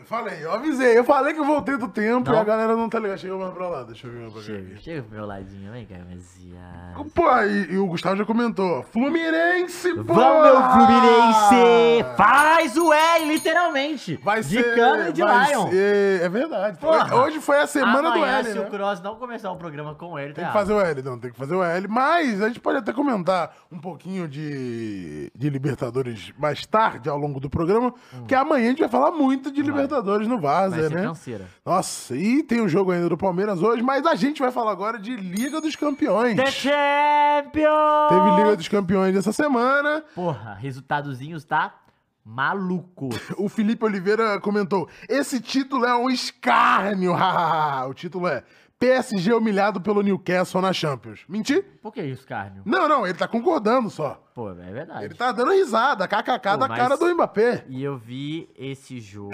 Eu falei que eu voltei do tempo e a galera não tá ligada. Chega mais pra lá, deixa eu ver mais pra cá. Chega pro meu ladinho, vem cá, Messias. Pô, e o Gustavo já comentou. Fluminense, pô! Vamos, meu Fluminense! Faz o L, literalmente! Vai de ser... Cano e de Lion. É verdade. Porra, hoje foi a semana do L, se né? o Cross não começar um programa com ele, Tem que fazer o L, tem que fazer o L. Mas a gente pode até comentar um pouquinho de Libertadores mais tarde, ao longo do programa, porque amanhã a gente vai falar muito de Libertadores no Várzea, né? Canseira. Nossa, e tem o jogo ainda do Palmeiras hoje, mas a gente vai falar agora de Liga dos Campeões. The Champions! Teve Liga dos Campeões essa semana. Porra, resultadozinhos, tá? Maluco. O Felipe Oliveira comentou, esse título é um escárnio, o título é PSG humilhado pelo Newcastle na Champions. Mentir? Por que isso, Carnio? Não, ele tá concordando só. Pô, é verdade. Ele tá dando risada, kkk da cara do Mbappé. E eu vi esse jogo,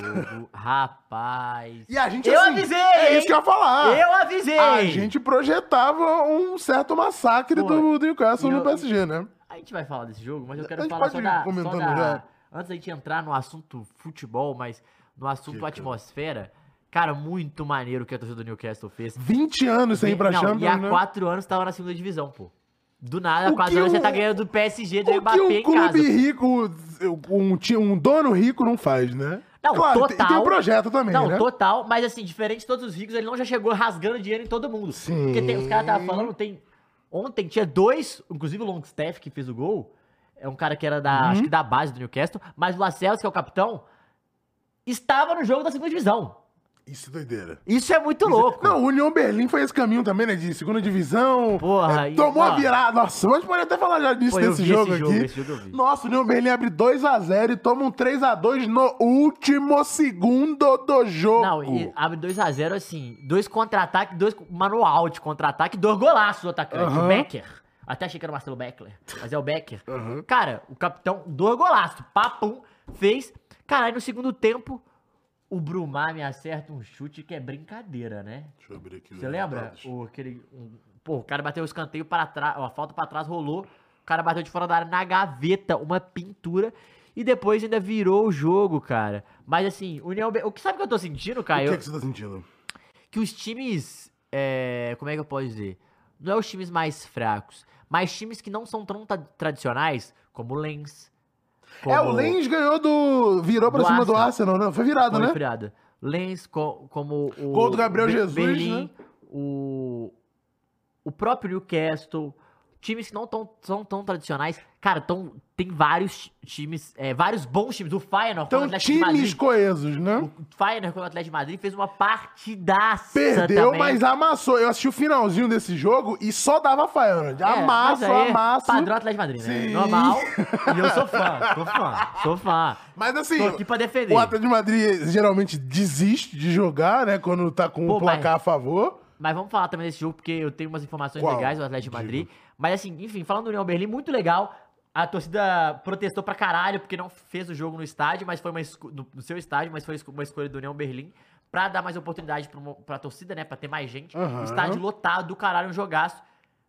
rapaz. E a gente, eu assim, avisei! É isso que eu ia falar. Eu avisei! A gente projetava um certo massacre do Newcastle no PSG, né? A gente vai falar desse jogo, mas eu A quero gente falar pode ir comentando já. Antes da gente entrar no assunto futebol, mas no assunto atmosfera... Cara, muito maneiro o que a torcida do Newcastle fez. 20 anos sem ir pra Champions, e há né? 4 anos tava na segunda divisão, pô. Do nada, há 4 anos você tá ganhando do PSG, do O Mbappé que em um clube casa. rico, um dono rico não faz, né? Não, claro, total. tem um projeto também, não, né? Total, mas assim, diferente de todos os ricos, ele não já chegou rasgando dinheiro em todo mundo. Sim. Porque os caras estavam falando, ontem tinha 2, inclusive o Longstaff que fez o gol, é um cara que era acho que da base do Newcastle, mas o Lascelles, que é o capitão, estava no jogo da segunda divisão. Isso é doideira. Isso é muito louco. Não, o União Berlim foi esse caminho também, né? De segunda divisão. Porra, tomou a virada. Nossa, a gente pode até falar já disso nesse jogo aqui. Esse jogo eu vi. Nossa, o União Berlim abre 2x0 e toma um 3x2 no último segundo do jogo. Não, e abre 2x0 assim, 2 contra-ataque, 2 manual de contra-ataque, 2 golaços do atacante, o Becker. Até achei que era o Marcelo Beckler, mas é o Becker. Cara, o capitão, 2 golaços, papum, fez. Cara, aí no segundo tempo, o Brumar me acerta um chute que é brincadeira, né? Deixa eu abrir aqui. Você lembra? O cara bateu o escanteio para trás, a falta para trás rolou, o cara bateu de fora da área na gaveta, uma pintura, e depois ainda virou o jogo, cara. Mas assim, o que sabe que eu tô sentindo, Caio? O que você tá sentindo? Que os times, como é que eu posso dizer? Não é os times mais fracos, mas times que não são tão tradicionais, como o Lens. O Lens ganhou virou pra cima do Arsenal, né? Foi virado, né? Foi virada. Lens, como o... Gol do Gabriel Jesus, Berlim, né? o próprio Newcastle, times que não são tão tradicionais. Cara, tem vários times, vários bons times. O Feyenoord com o Atlético de Madrid. Times coesos, né? O Feyenoord com o Atlético de Madrid fez uma partidaça. Perdeu, também. mas amassou. Eu assisti o finalzinho desse jogo e só dava Feyenoord. Amasso. Padrão Atlético de Madrid, né? Normal. E eu sou fã. Mas assim, tô aqui pra defender. O Atlético de Madrid geralmente desiste de jogar, né? Quando tá com o placar a favor. Mas vamos falar também desse jogo, porque eu tenho umas informações legais do Atlético de Madrid. Mas assim, enfim, falando do União Berlim, muito legal. A torcida protestou pra caralho, porque não fez o jogo no estádio, mas foi no seu estádio, mas foi uma escolha do União Berlim, pra dar mais oportunidade pra torcida, né, pra ter mais gente. Estádio lotado, do caralho, um jogaço.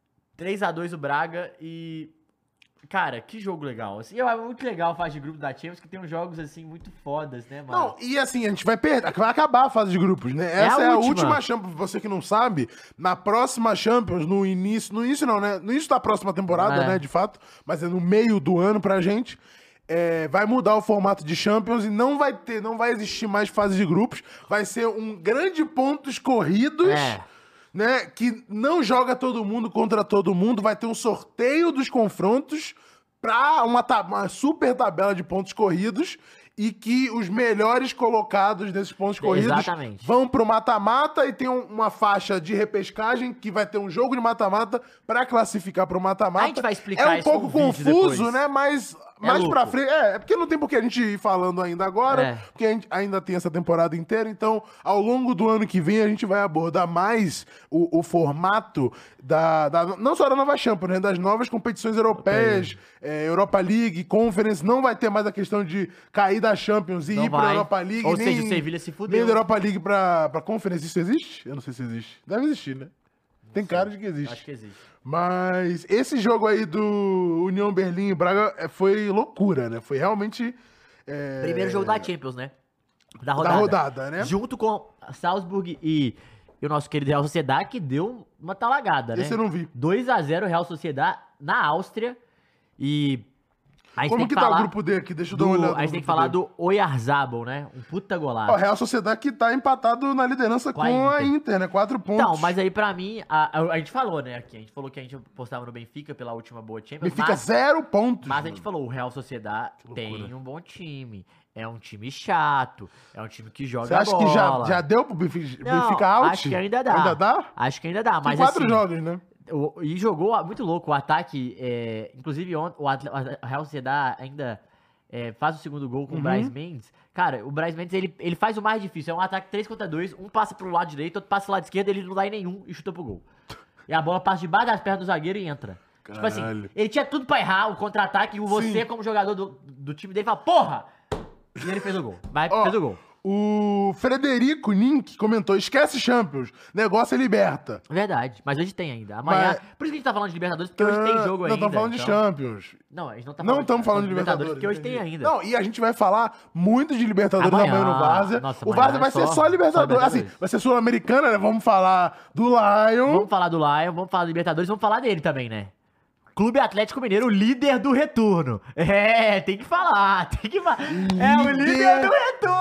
3x2 o Braga e... Cara, que jogo legal. Assim, é muito legal a fase de grupo da Champions, que tem uns jogos, assim, muito fodas, né, mano? Não, e assim, a gente vai acabar a fase de grupos, né? Essa é a última Champions, você que não sabe, na próxima Champions, no início não, né? No início da próxima temporada, né, de fato, mas é no meio do ano pra gente, vai mudar o formato de Champions e não vai existir mais fase de grupos, vai ser um grande pontos corridos, né, que não joga todo mundo contra todo mundo, vai ter um sorteio dos confrontos pra uma super tabela de pontos corridos e que os melhores colocados desses pontos corridos vão pro mata-mata e tem uma faixa de repescagem que vai ter um jogo de mata-mata pra classificar pro mata-mata. A gente vai explicar isso. É um pouco confuso, né, mas... Mais pra frente, porque não tem por que a gente ir falando ainda agora, porque a gente ainda tem essa temporada inteira, então ao longo do ano que vem a gente vai abordar mais o formato não só da nova Champions, né, das novas competições europeias, Europa League, Conference, não vai ter mais a questão de cair da Champions e ir pra Europa League, ou seja, o Sevilha se fudeu. Nem da Europa League pra Conference, isso existe? Eu não sei se existe. Deve existir, né? Tem cara de que existe. Acho que existe. Mas esse jogo aí do União Berlim e Braga foi loucura, né? Foi realmente... Primeiro jogo da Champions, né? da rodada, né? Junto com Salzburg e o nosso querido Real Sociedad, que deu uma talagada, né? Esse eu não vi. 2-0 Real Sociedad na Áustria. E como que tá o grupo D aqui? Deixa eu dar uma olhada. A gente tem que falar do Oyarzabal, né? Um puta golaço. O Real Sociedad que tá empatado na liderança com a Inter, né? 4 pontos. Então, mas aí pra mim, a gente falou, né? Aqui, a gente falou que a gente postava no Benfica pela última boa Champions. Benfica 0 pontos. Mas a gente falou, o Real Sociedad tem um bom time. É um time chato. É um time que joga bola. Você acha que já deu pro Benfica out? Acho que ainda dá. Ainda dá? Acho que ainda dá. Mas 4 jogos, né? E jogou muito louco o ataque. Inclusive, o Real Sociedad ainda faz o segundo gol com o Brais Mendes. Cara, o Brais Mendes, ele faz o mais difícil. É um ataque 3 contra 2. Um passa pro lado direito, outro passa pro lado esquerdo. Ele não dá em nenhum e chuta pro gol. E a bola passa debaixo das pernas do zagueiro e entra. Caralho. Tipo assim, ele tinha tudo pra errar o contra-ataque. E você, como jogador do time dele, fala, porra! E ele fez o gol. Fez o gol. O Frederico Nink comentou, esquece Champions, negócio é liberta. Verdade, mas hoje tem ainda. Amanhã, por isso que a gente tá falando de Libertadores, porque hoje tem jogo ainda. Não, estamos falando de Champions. Não, a gente não estamos falando de Libertadores. Porque hoje tem ainda. Não, e a gente vai falar muito de Libertadores amanhã no Várzea. O Várzea vai ser só Libertadores. Assim, vai ser Sul-Americana, né? Vamos falar do Lion. Vamos falar do Lion, vamos falar do Libertadores, vamos falar dele também, né? Clube Atlético Mineiro, o líder do retorno. Tem que falar, É o líder do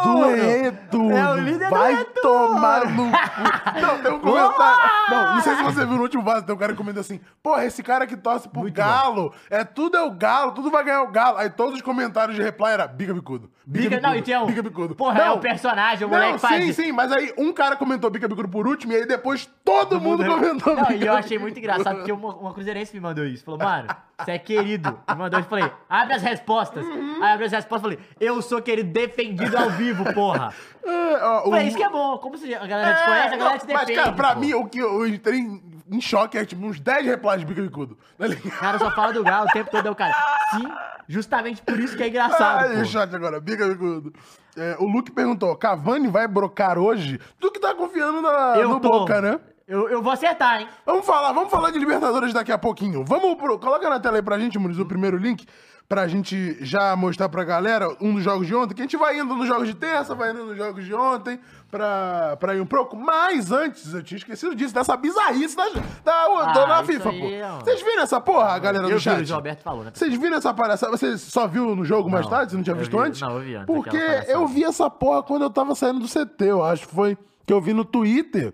retorno. É o líder do retorno. Vai tomar no cu. Não, tem um comentário. Não sei se você viu no último vaso, tem um cara que comenta assim, porra, esse cara que torce pro Galo, tudo é o Galo, tudo vai ganhar o Galo. Aí todos os comentários de reply era Biga Bicudo. Biga Bicudo. Porra, é o personagem, o moleque faz. Sim, mas aí um cara comentou Biga Bicudo por último e aí depois todo mundo comentou Biga Bicudo. E eu achei muito engraçado, porque uma cruzeirense me mandou isso. Falou, mano, você é querido. Me mandou, eu falei, abre as respostas. Aí abre as respostas, falei, eu sou querido defendido ao vivo, porra. Falei, isso que é bom. Como a galera te conhece, a galera te defende. Mas, cara, pra mim, o que eu entrei em choque é tipo uns 10 replies de Bica Bicudo. O cara só fala do Galo o tempo todo, é o cara. Sim, justamente por isso que é engraçado. Ai, choque agora, Bica Bicudo. O Luke perguntou, Cavani vai brocar hoje? Tu que tá confiando no Boca, né? Eu vou acertar, hein? Vamos falar de Libertadores daqui a pouquinho. Coloca na tela aí pra gente, Muniz, o primeiro link, pra gente já mostrar pra galera um dos jogos de ontem, que a gente vai indo nos jogos de terça, vai indo nos jogos de ontem, pra ir um pouco. Mas antes, eu tinha esquecido disso, dessa bizarrice da FIFA, pô. Vocês viram essa porra, a galera do chat? O Roberto falou, né? Vocês viram essa palhaçada? Você só viu no jogo mais tarde? Você não tinha visto antes? Não, eu vi antes. Porque eu vi essa porra quando eu tava saindo do CT, eu acho que foi que eu vi no Twitter.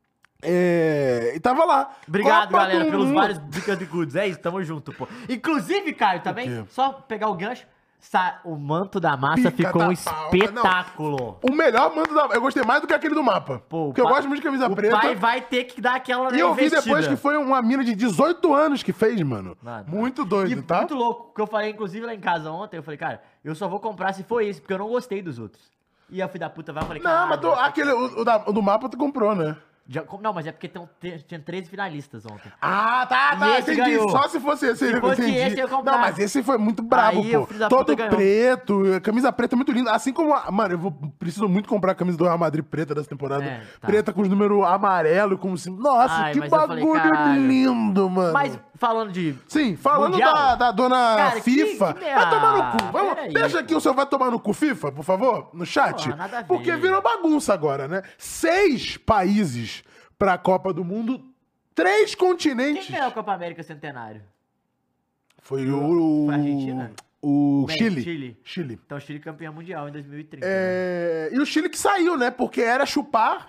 E tava lá. Obrigado, galera, pelos vários dicas de goods. É isso, tamo junto, pô. Inclusive, Caio, também, só pegar o gancho. O manto da massa ficou um espetáculo. O melhor manto da massa. Eu gostei mais do que aquele do mapa. Pô, porque eu gosto muito de camisa preta. O pai vai ter que dar aquela investida. E eu vi depois que foi uma mina de 18 anos que fez, mano. Muito doido, tá? Muito louco. Que eu falei, inclusive, lá em casa ontem, eu falei, cara, eu só vou comprar se for esse, porque eu não gostei dos outros. E a filha da puta vai e falei, não, mas o do mapa tu comprou, né? Não, mas é porque tinha 13 finalistas ontem. Tá, entendi. Ganhou. Só se fosse esse. Se fosse esse, eu comprava. Não, mas esse foi muito brabo, pô. Todo preto, camisa preta muito linda. Assim como, mano, preciso muito comprar a camisa do Real Madrid preta dessa temporada. Preta com os números amarelo, como assim. Nossa, que bagulho lindo, mano. Mas falando de... Sim, falando da dona cara, FIFA. Vai tomar no cu. Deixa aqui o seu vai tomar no cu FIFA, por favor, no chat. Pô, nada a ver. Porque virou bagunça agora, né? 6 países pra Copa do Mundo, 3 continentes. Quem ganhou a Copa América Centenário? Foi a Argentina? O Chile. Então o Chile campeão mundial em 2030. E o Chile que saiu, né? Porque era chupar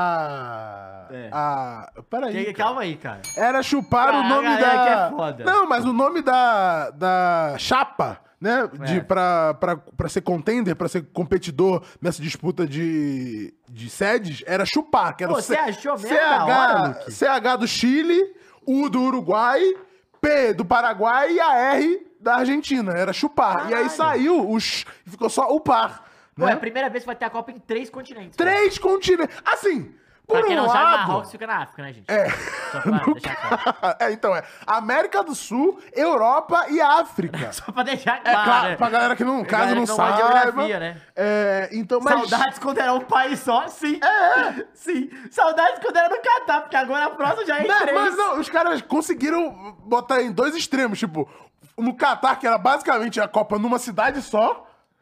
Peraí. Calma aí, cara. Era chupar o nome da... que é foda. Não, mas o nome da chapa, né? Pra ser contender, pra ser competidor nessa disputa de sedes, era chupar. Que era você achou mesmo da hora, Luke? CH do Chile, U do Uruguai, P do Paraguai e a R da Argentina. Era chupar. Caralho. E aí saiu ficou só o par. Né? Pô, é a primeira vez que vai ter a Copa em 3 continentes. 3 continentes. Assim... Pra quem não sabe, Marrocos fica na África, né, gente? Só pra deixar claro. Então América do Sul, Europa e África. Só pra deixar claro, né? Pra galera que não, caso não saiba. Geografia, né? Então, mas... Saudades quando era um país só, sim. Sim. Saudades quando era no Catar, porque agora a próxima já é em 3. Mas não, os caras conseguiram botar em 2 extremos, tipo, no Catar, que era basicamente a Copa numa cidade só.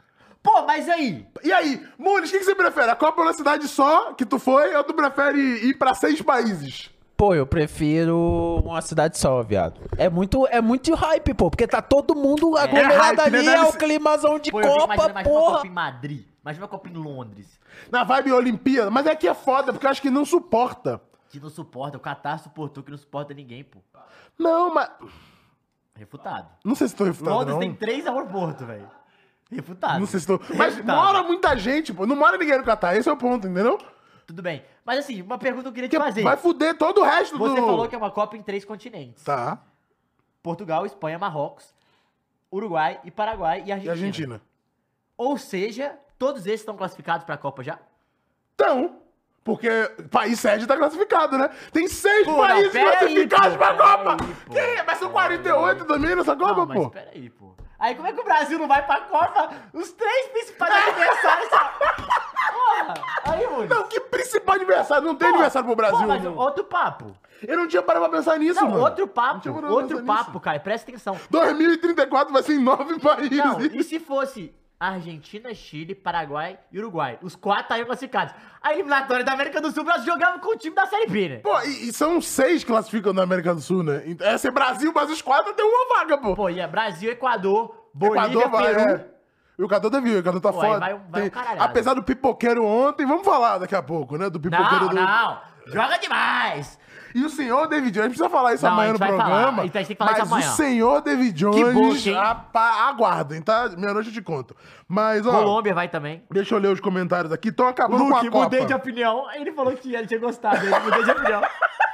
Pô, mas aí? E aí, Muniz, o que você prefere? A Copa na cidade só, que tu foi, ou tu prefere ir pra 6 países? Pô, eu prefiro uma cidade só, viado. É muito hype, pô, porque tá todo mundo aglomerado hype, né? ali, o climazão de Copa, Imagina uma porra. Copa em Madrid. Imagina uma Copa em Londres. Na vibe Olimpíada. Mas aqui é foda, porque eu acho que não suporta. Que não suporta. O Qatar suportou que não suporta ninguém, pô. Não, mas... Refutado. Não sei se tô refutado, Londres não. tem 3 aeroportos, velho. Refutado. Não sei se tô... Mas Refutado. mora muita gente, pô. Não mora ninguém no Catar. Esse é o ponto, entendeu? Tudo bem. Mas assim, uma pergunta que eu queria te fazer. Vai fuder todo o resto Você falou que é uma Copa em 3 continentes. Tá. Portugal, Espanha, Marrocos, Uruguai e Paraguai e E Argentina. Argentina? Ou seja, todos esses estão classificados pra Copa já? Então... Porque país sede tá classificado, né? Tem 6 Pô, países pera aí, classificados pô, pra pera Copa! aí, pô. Que? Mas são 48 também nessa Copa, Não, mas pô? peraí, pô. Aí como é que o Brasil não vai pra Copa? Os 3 principais adversários... Porra! Aí, mano. Não, que principal adversário? Não tem Pô, adversário pro Brasil, Pô, mas não. outro papo. Eu não tinha parado pra pensar nisso, Não, mano. outro Não papo. tinha parado pra Outro pensar papo, nisso. cara. Presta atenção. 2034 vai ser em 9 países. Não, e se fosse Argentina, Chile, Paraguai e Uruguai? Os 4 estariam classificados. A eliminatória da América do Sul, o Brasil jogava com o time da Série B, né? Pô, e são 6 que classificam na América do Sul, né? Essa é Brasil, mas os 4 tem uma vaga, pô. Pô, e é Brasil, Equador, Bolívia, Equador vai, Peru. é. E o Equador o Equador tá Pô, aí foda. vai um caralhado. Apesar do pipoqueiro ontem, vamos falar daqui a pouco, né? Do pipoqueiro Não, joga demais. E o senhor David Jones, a gente precisa falar isso Não, amanhã a no gente vai falar. programa. Então a gente tem que falar mas isso amanhã. o senhor David Que Jones, bucha, hein? aguardem, tá? Meia-noite eu te conto. Mas, ó, Colômbia vai também. deixa eu ler os comentários aqui. Estão acabando com a Luke, Copa. mudei de opinião. Ele falou que ele tinha gostado. Ele mudei de opinião.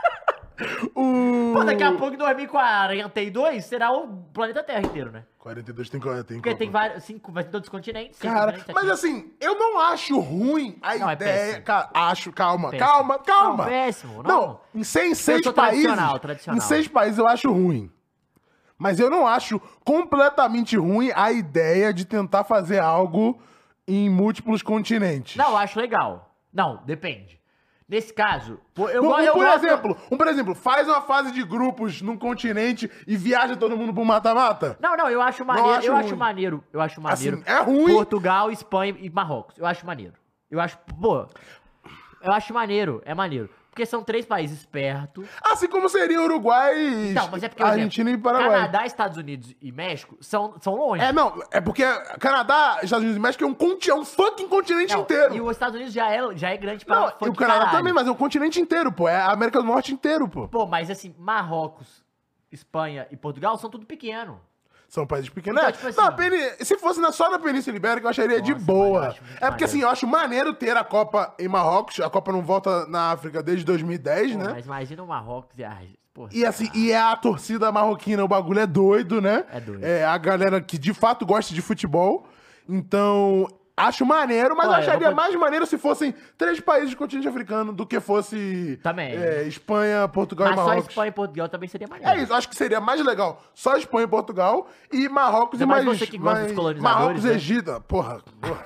Pô, daqui a pouco, em 2042, será o planeta Terra inteiro, né? 42 tem Porque Copa. tem vários, 5, vai ter todos os continentes. 5 Cara, continentes, mas aqui. assim, eu não acho ruim a Não, é ideia. péssimo. Calma, Péssimo. calma. Não, péssimo, Não, não. em 6 Eu sou países. tradicional. Em 6 países eu acho ruim. Mas eu não acho completamente ruim a ideia de tentar fazer algo em múltiplos continentes. Não, eu acho legal. Não, depende. Nesse caso, Por exemplo, faz uma fase de grupos num continente e viaja todo mundo pro mata-mata. Não, eu acho maneiro. acho Eu ruim. acho maneiro. Eu acho maneiro. Assim, é ruim. Portugal, Espanha e Marrocos. Eu acho maneiro. Eu acho, pô, eu acho maneiro. É maneiro. Porque são 3 países perto. Assim como seria Uruguai, Então, mas é porque, Argentina exemplo, e Paraguai. Canadá, Estados Unidos e México são longe. É porque Canadá, Estados Unidos e México é um fucking continente Não, inteiro. E os Estados Unidos já é grande pra Não, e o Canadá também, mas é um continente inteiro, pô. É a América do Norte inteiro, pô. Pô, mas assim, Marrocos, Espanha e Portugal são tudo pequeno. São países pequenos. Então, É, tipo assim- não, se fosse só na Península Ibérica, eu acharia de Nossa, boa. mano, eu acho muito É porque assim, eu acho maneiro ter a Copa em Marrocos. A Copa não volta na África desde 2010, Pô, né? mas imagina o Marrocos e a Argentina. Porra, E assim, e é a torcida marroquina, o bagulho é doido, né? É doido. É a galera que de fato gosta de futebol. Então, acho maneiro, mas Pô, eu eu acharia vou- mais maneiro se fossem 3 países do continente africano do que fosse Também. Espanha, Portugal mas e só Marrocos. Espanha e Portugal também seria maneiro. É isso, acho que seria mais legal só Espanha e Portugal e Marrocos Ainda e mais mais... você que gosta dos colonizadores, Marrocos e né? Egito, porra.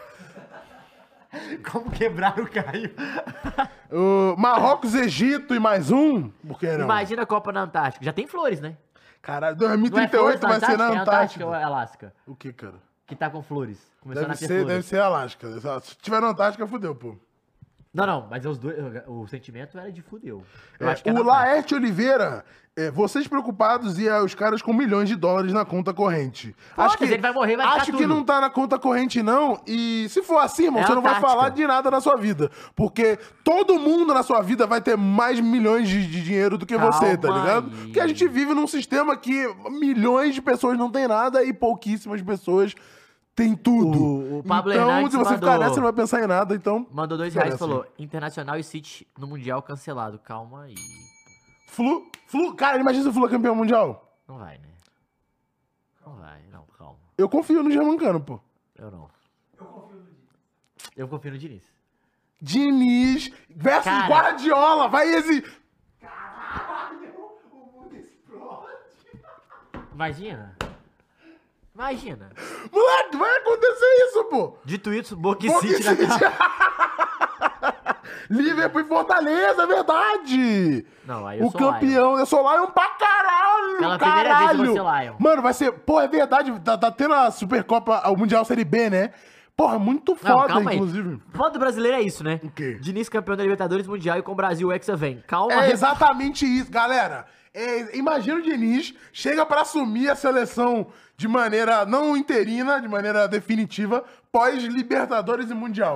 Como quebrar o Caio? Marrocos, Egito e mais um? Por que não? Imagina a Copa na Antártica. Já tem flores, né? Caralho, Não é flores 2038 vai ser na É Antártica. ou é Alasca? O que, cara? Que tá com flores. Começou a Deve nascer flores. ser Alasca. Se tiver na Antártica, fudeu, pô. Não, mas os dois, o sentimento era de fudeu. Eu É, acho que é o na Antártica. Laerte Oliveira, vocês preocupados e os caras com milhões de dólares na conta corrente. Foda-se, ele vai morrer, vai ficar Acho que tudo. não tá na conta corrente, não. E se for assim, irmão, É você não vai Antártica. falar de nada na sua vida. Porque todo mundo na sua vida vai ter mais milhões de dinheiro do que Calma você, tá ligado? aí. Porque a gente vive num sistema que milhões de pessoas não tem nada e pouquíssimas pessoas têm tudo. O Pablo então, Hernandes se você ficar mandou- nessa, não vai pensar em nada, então... Mandou R$2 Parece. e falou: Internacional e City no Mundial cancelado. Calma aí. Flu, cara, imagina se o Flu é campeão mundial. Não vai, né? Não vai, não, calma. Eu confio no Germancano, pô. Eu não. Eu confio no Diniz. Diniz versus Cara. Guardiola, vai esse... Imagina. Imagina. Moleque, vai acontecer isso, pô. Dito isso, Boca e Boca e City na City. cara. Liverpool e Fortaleza, é verdade. Não, aí eu O sou campeão, eu sou Lion pra caralho, Pela primeira vez eu caralho. vou ser Lion. Mano, vai ser, pô, é verdade, tá tendo a Supercopa, o Mundial Série B, né? Porra, muito foda, inclusive. Foda do brasileiro é isso, né? O quê? Diniz campeão da Libertadores Mundial e com o Brasil o Hexa vem. Calma. É exatamente isso, galera. Imagina o Diniz chega pra assumir a seleção de maneira não interina, de maneira definitiva, pós-Libertadores e Mundial.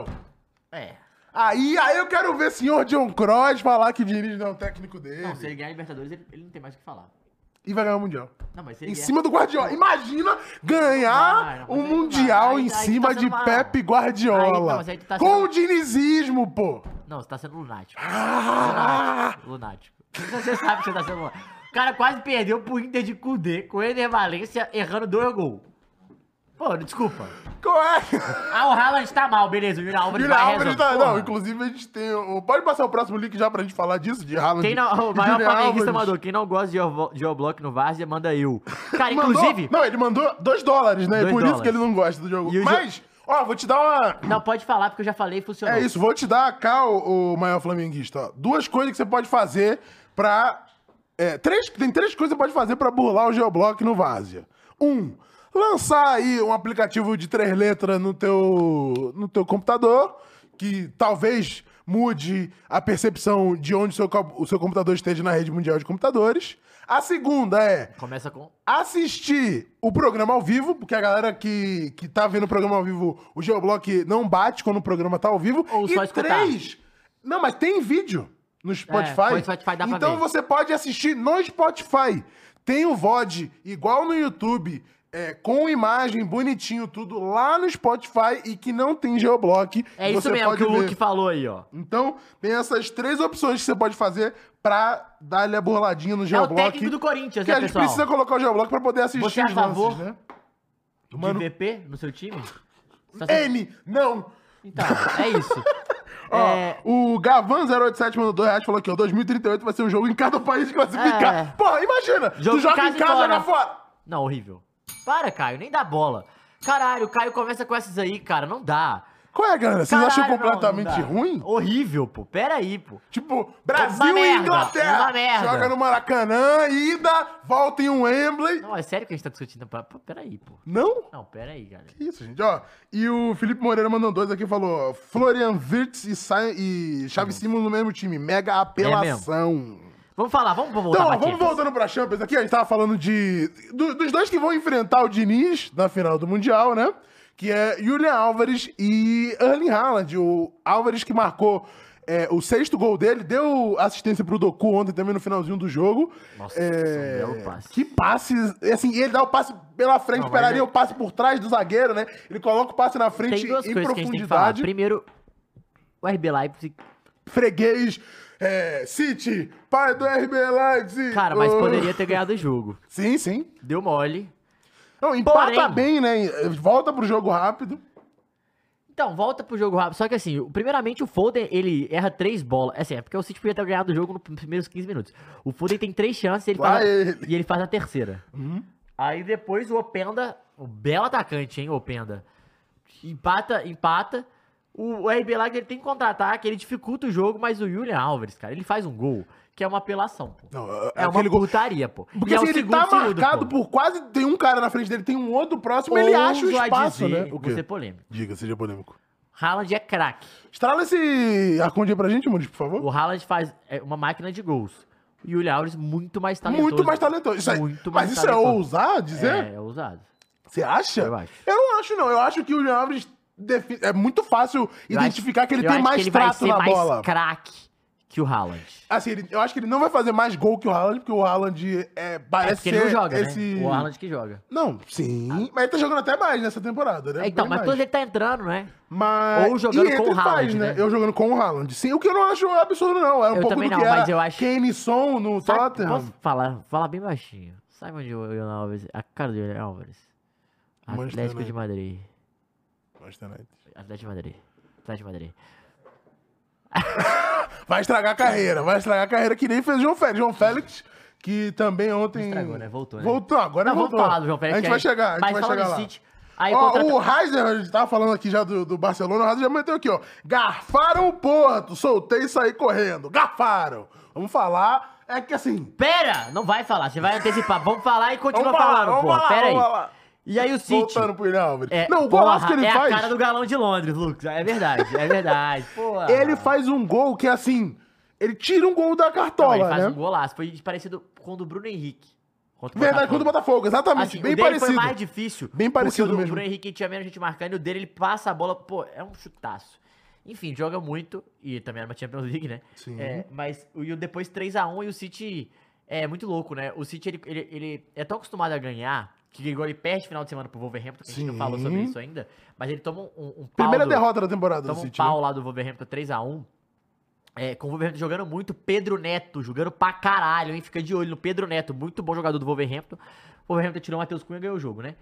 Aí eu quero ver o senhor John Cross falar que o Diniz não é o técnico dele. Não, se ele ganhar a Libertadores, ele não tem mais o que falar. E vai ganhar o Mundial. Não, mas em cima do Guardiola. Imagina ganhar o Mundial em cima de Pepe Guardiola. Com o dinizismo, pô. Não, você tá sendo lunático. Lunático. Você sabe que você tá sendo lunático. O cara quase perdeu pro Inter de Kudê, com o Ener Valencia errando 2 gols. Pô, desculpa. Qual é? O Haaland tá mal, beleza. O Julian Álvares vai resolver. Não, inclusive a gente tem... Pode passar o próximo link já pra gente falar disso, de Haaland. O maior flamenguista mandou. Quem não gosta de Geoblock no Várzea, manda eu. Cara, inclusive... Não, ele mandou $2, né? Por isso que ele não gosta do jogo. Mas, vou te dar uma... Não, pode falar, porque eu já falei e funcionou. É isso, vou te dar cá, o maior flamenguista. Ó. 2 coisas que você pode fazer pra... Tem 3 coisas que você pode fazer pra burlar o Geoblock no Várzea. 1... Lançar aí um aplicativo de 3 letras no teu computador, que talvez mude a percepção de onde o seu computador esteja na rede mundial de computadores. A segunda começa com... assistir o programa ao vivo, porque a galera que tá vendo o programa ao vivo, o Geoblock não bate quando o programa tá ao vivo. Ou só escutar. 3... Não, mas tem vídeo no Spotify. Spotify dá pra então ver. Você pode assistir no Spotify. Tem o VOD igual no YouTube... com imagem, bonitinho, tudo, lá no Spotify e que não tem Geoblock. É isso mesmo que o Luke falou aí, ó. Então, tem essas 3 opções que você pode fazer pra dar-lhe a burladinha no Geoblock. É o técnico do Corinthians, que a gente precisa colocar o Geoblock pra poder assistir você é a favor lances, né? de VP no seu time? Não! Então, é isso. O Gavan087 mandou R$2 e falou que 2038 vai ser um jogo em cada país que classificar. Porra, imagina! Tu joga em casa e joga fora! Não, horrível. Para, Caio, nem dá bola. Caralho, o Caio começa com essas aí, cara, não dá. Qual é, galera? Vocês acham completamente ruim? Horrível, pô. Pera aí, pô. Tipo, Brasil e Inglaterra. Uma merda. Joga no Maracanã, ida, volta em Wembley. Não, é sério que a gente tá discutindo. Pera aí, pô. Não? Não, pera aí, galera. Que isso, gente. E o Felipe Moreira mandou 2 aqui, falou Florian Wirtz e Xavi Simons no mesmo time. Mega apelação. Vamos voltar pra Champions. Vamos voltando pra Champions aqui. A gente tava falando dos 2 que vão enfrentar o Diniz na final do Mundial, né? Que é Julian Álvares e Erling Haaland. O Álvares que marcou o 6º gol dele, deu assistência pro Doku ontem também no finalzinho do jogo. Nossa, um belo passe. Que passe, assim, ele dá o passe pela frente, esperaria o passe por trás do zagueiro, né? Ele coloca o passe na frente em profundidade. Que a gente tem que falar. Primeiro, o RB Leipzig. Freguês. City, pai do RB Leipzig. Cara, mas poderia ter ganhado o jogo. Sim. Deu mole. Não, empata bem, né? Volta pro jogo rápido. Então, volta pro jogo rápido. Só que assim, primeiramente o Foden, ele erra 3 bolas. Assim, é porque o City podia ter ganhado o jogo nos primeiros 15 minutos. O Foden tem 3 chances e ele faz a terceira. Aí depois o Openda, o belo atacante, hein, o Openda, empata. O RB Leipzig, ele tem contra-ataque, ele dificulta o jogo, mas o Julian Álvares, cara, ele faz um gol que é uma apelação, pô. Não, é uma putaria, pô. Porque assim, ele tá marcado por quase... Tem um cara na frente dele, tem um outro próximo, ele acha o espaço, né? Vou ser polêmico. Diga, seja polêmico. Haaland é craque. Estrala esse Arconde pra gente, Muniz, por favor. O Haaland faz uma máquina de gols. E o Julian Álvares muito mais talentoso. Muito mais talentoso. Mas isso é ousado dizer? É ousado. Você acha? Eu acho. Eu não acho, não. Eu acho que o Julian Álvares... É muito fácil identificar que ele tem mais trato na bola. Ele vai ser mais craque que o Haaland. Assim, eu acho que ele não vai fazer mais gol que o Haaland, porque o Haaland parece ser ele não joga, esse... né? O Haaland que joga. Não, sim. Mas ele tá jogando até mais nessa temporada, né? Então, mas todos ele tá entrando, né? Mas... Ou jogando com o Haaland, né? Eu jogando com o Haaland. Sim, o que eu não acho absurdo, não. É um pouco também do não, que mas eu acho... Kane Son no Tottenham. Posso falar bem baixinho? Sabe onde o Julian Álvares... A cara do Julian Álvares? Atlético de Madrid. Atlético de Madrid. Vai estragar a carreira, que nem fez o João Félix. João Félix, que também ontem... Estragou, né? Voltou, né? Voltou, agora voltou. Vamos falar do João Félix. A gente vai chegar lá. City, aí o Heiser, a gente tava falando aqui já do Barcelona, o Heiser já meteu aqui, ó. Garfaram o Porto, soltei e saí correndo. Garfaram. Vamos falar, é que assim... Pera, não vai falar, você vai antecipar. Vamos falar e continua falando, porra. Pera aí. E aí o City... Voltando pro Julian Álvares. Não, o golaço que ele faz... É a cara do galão de Londres, Lucas. É verdade. Porra. Ele faz um gol que, assim... Ele tira um gol da cartola, ele faz né? um golaço. Foi parecido com o do Bruno Henrique. Verdade, contra o Botafogo, exatamente. Assim, bem o dele parecido. foi mais difícil. Bem parecido mesmo. mesmo. O Bruno Henrique tinha menos gente marcando, e o dele, ele passa a bola, pô, é um chutaço. Enfim, joga muito, e também era uma Champions League, né? Sim. Mas depois 3-1 e o City é muito louco, né? O City, ele é tão acostumado a ganhar, que igual ele perde final de semana pro Wolverhampton, que a gente não falou sobre isso ainda, mas ele toma um pau. Primeira derrota da temporada do City. Toma um pau lá do Wolverhampton 3-1. Com o Wolverhampton jogando muito, Pedro Neto jogando pra caralho, hein? Fica de olho no Pedro Neto, muito bom jogador do Wolverhampton. O Wolverhampton tirou o Matheus Cunha e ganhou o jogo, né?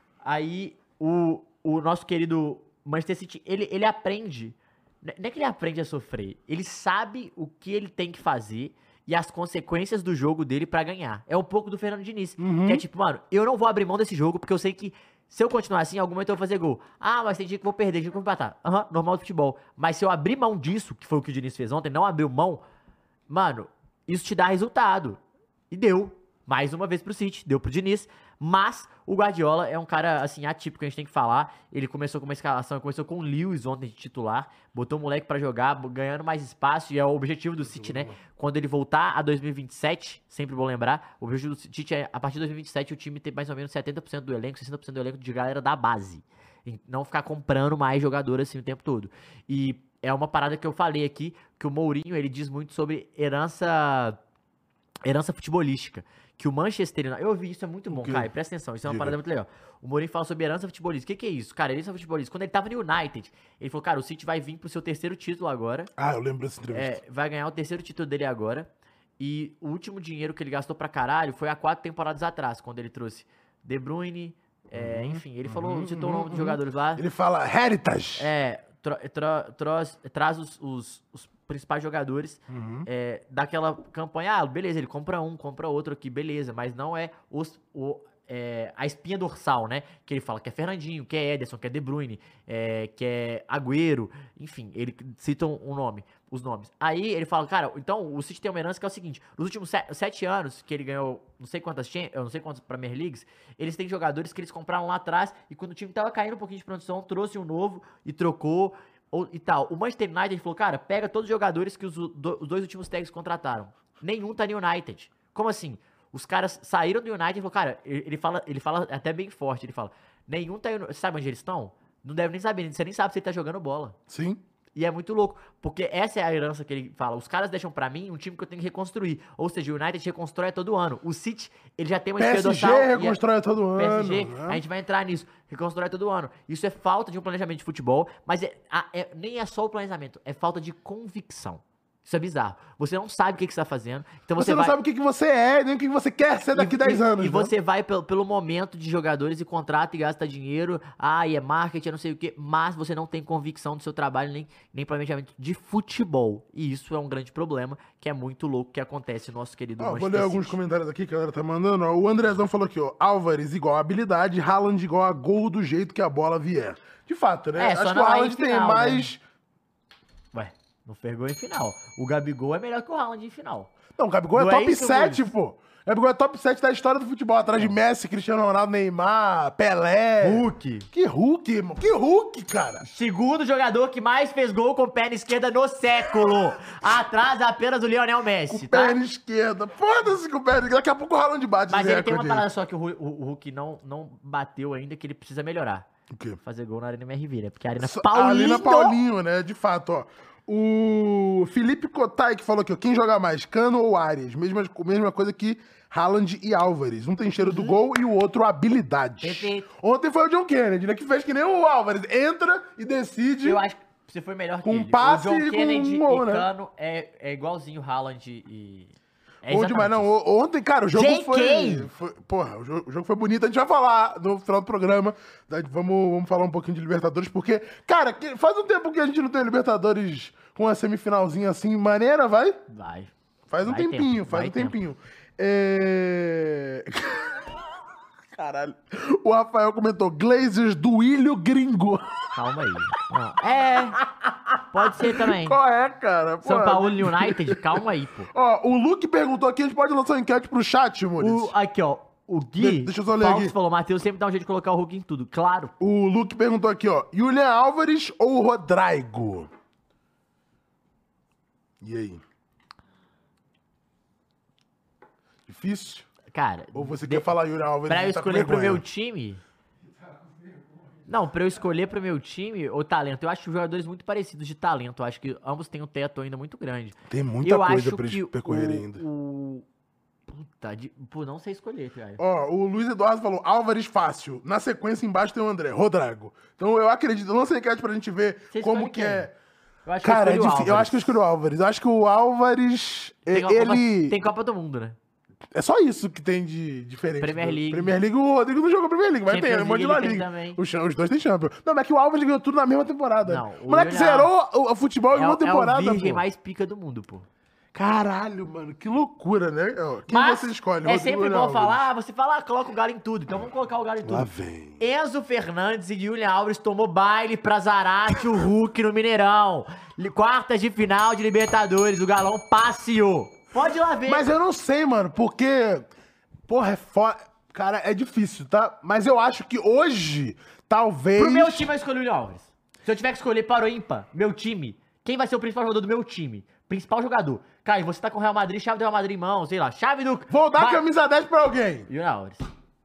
Aí o nosso querido Manchester City, ele aprende, não é que ele aprende a sofrer, ele sabe o que ele tem que fazer e as consequências do jogo dele pra ganhar. É um pouco do Fernando Diniz, que é tipo, mano, eu não vou abrir mão desse jogo porque eu sei que se eu continuar assim, em algum momento eu vou fazer gol. Ah, mas tem dia que eu vou perder, tem dia que eu vou empatar. Normal do futebol. Mas se eu abrir mão disso, que foi o que o Diniz fez ontem, não abriu mão, mano, isso te dá resultado. E deu. Mais uma vez pro City, deu pro Diniz. Mas o Guardiola é um cara, assim, atípico, a gente tem que falar. Ele começou com uma escalação, começou com o Lewis ontem de titular, botou o moleque pra jogar, ganhando mais espaço, e é o objetivo do City, né? Quando ele voltar a 2027, sempre vou lembrar, o objetivo do City é, a partir de 2027, o time ter mais ou menos 70% do elenco, 60% do elenco de galera da base. E não ficar comprando mais jogador assim o tempo todo. E é uma parada que eu falei aqui, que o Mourinho, ele diz muito sobre herança futebolística. Que o Manchester United... Eu ouvi isso, é muito bom, Caio, presta atenção, isso é uma parada muito legal. O Mourinho fala sobre herança futebolística. O que é isso? Cara, herança futebolística. Quando ele tava no United, ele falou, cara, o City vai vir pro seu terceiro título agora. Ah, eu lembro dessa entrevista. Vai ganhar o terceiro título dele agora. E o último dinheiro que ele gastou pra caralho foi há 4 temporadas atrás, quando ele trouxe De Bruyne, enfim, ele citou o nome dos jogadores lá. Ele fala Heritage. Traz os principais jogadores daquela campanha. Beleza, ele compra um, compra outro aqui, beleza, mas não é a espinha dorsal, né? Que ele fala que é Fernandinho, que é Ederson, que é De Bruyne, que é Agüero, enfim, ele cita os nomes. Aí ele fala, cara, então o City tem uma herança que é o seguinte, nos últimos 7 anos que ele ganhou não sei quantas Premier Leagues, eles têm jogadores que eles compraram lá atrás e quando o time tava caindo um pouquinho de produção, trouxe um novo e trocou e tal. O Manchester United falou, cara, pega todos os jogadores que os 2 últimos técnicos contrataram. Nenhum tá no United. Como assim? Os caras saíram do United e falou, cara, ele fala até bem forte, ele fala, nenhum tá... Você sabe onde eles estão? Não deve nem saber, você nem sabe se ele tá jogando bola. Sim. E é muito louco, porque essa é a herança que ele fala. Os caras deixam pra mim um time que eu tenho que reconstruir. Ou seja, o United reconstrói todo ano. O City, ele já tem uma PSG reconstrói todo ano. PSG, né? A gente vai entrar nisso. Reconstrói todo ano. Isso é falta de um planejamento de futebol, mas nem é só o planejamento, é falta de convicção. Isso é bizarro. Você não sabe o que você tá fazendo. Então você não sabe o que você é, nem o que você quer ser daqui 10 anos. E você vai pelo momento de jogadores e contrata e gasta dinheiro. E é marketing, não sei o quê. Mas você não tem convicção do seu trabalho, nem planejamento de futebol. E isso é um grande problema, que é muito louco que acontece no nosso querido Manchester Vou ler alguns comentários aqui que a galera tá mandando. O Andrezão falou aqui, Álvares igual a habilidade, Haaland igual a gol do jeito que a bola vier. De fato, né? Acho que o Haaland tem mais... Ué. Não fez gol em final. O Gabigol é melhor que o Haaland em final. Não, o Gabigol é top 7, pô. O Gabigol é top 7 da história do futebol. Atrás de Messi, Cristiano Ronaldo, Neymar, Pelé. Hulk. Que Hulk, irmão. Que Hulk, cara. Segundo jogador que mais fez gol com perna esquerda no século. Atrás apenas do Lionel Messi, tá? Perna esquerda. Foda-se com perna esquerda. Daqui a pouco o Haaland bate. Mas ele tem uma parada só que o Hulk não bateu ainda, que ele precisa melhorar. O quê? Fazer gol na Arena MRV, né? Porque a Arena Paulinho... A Arena Paulinho, né? De fato, O Felipe Kotai que falou aqui, quem joga mais, Cano ou Arias? Mesma coisa que Haaland e Álvares. Um tem cheiro do gol e o outro habilidade. Perfeito. Ontem foi o John Kennedy, né? Que fez que nem o Álvares. Entra e decide. Eu acho que você foi melhor que ele. Com passe o John Kennedy e com um gol, e Cano é igualzinho Haaland e... Bom demais, não. Ontem, cara, o jogo foi... Porra, o jogo foi bonito. A gente vai falar no final do programa. Vamos falar um pouquinho de Libertadores, porque, cara, faz um tempo que a gente não tem Libertadores com uma semifinalzinha assim, maneira, vai? Vai. Faz um tempinho. Caralho. O Rafael comentou, Glazers do Ilho Gringo. Calma aí. Não. Pode ser também. Qual é, cara? São Paulo United, calma aí, pô. O Luke perguntou aqui, a gente pode lançar uma enquete pro chat, Maurício? Aqui, O Gui, Deixa eu só ler aqui. falou, Matheus sempre dá um jeito de colocar o Hulk em tudo. Claro. O Luke perguntou aqui, ó. Julian Álvares ou Rodrigo? E aí? Difícil? Cara... Ou você quer falar Julian Álvares? Pra eu tá com escolher pro vergonha? meu time... Não, pra eu escolher pro meu time o talento, eu acho jogadores muito parecidos de talento. Eu acho que ambos têm um teto ainda muito grande. Tem muita eu coisa acho pra eles que percorrerem ainda. Puta, pô, não sei escolher, cara. Ó, o Luiz Eduardo falou Álvares fácil. Na sequência, embaixo tem o André. Rodrigo. Então eu acredito, eu lancei enquete pra gente ver Você como escolhe que quem? é. Eu acho Cara, que eu escolhi o eu acho que eu escolhi o Álvares. Eu acho que o Álvares, ele... Tem Copa do Mundo, né? É só isso que tem de diferente. Premier League. Premier League, o Rodrigo não jogou Premier League, mas tem, Champions um monte de League La ele tem Liga. também. Os dois têm Champions. Não, mas é que o Álvares ganhou tudo na mesma temporada. Não, o moleque Julian zerou o futebol em uma temporada, é o virgem pô. mais pica do mundo, pô. Caralho, mano, que loucura, né? Quem Mas você escolhe? é Rodrigo sempre ou bom Álvares? falar, você fala, coloca o Galo em tudo. Então vamos colocar o Galo em tudo. Lá vem. Enzo Fernandes e Julian Álvares tomou baile pra Zarate, o Hulk no Mineirão. Quartas de final de Libertadores, o Galão passeou. Pode ir lá ver. Mas eu não sei, mano, porque... Porra, é foda. Cara, é difícil, tá? Mas eu acho que hoje, talvez... Pro meu time eu escolhi o Julian Álvares. Se eu tiver que escolher para o ímpar, meu time, quem vai ser o principal jogador do meu time? Principal jogador. Caio, você tá com o Real Madrid, chave do Real Madrid em mão, sei lá, chave do... Vou dar camisa 10 pra alguém. Julian Álvares.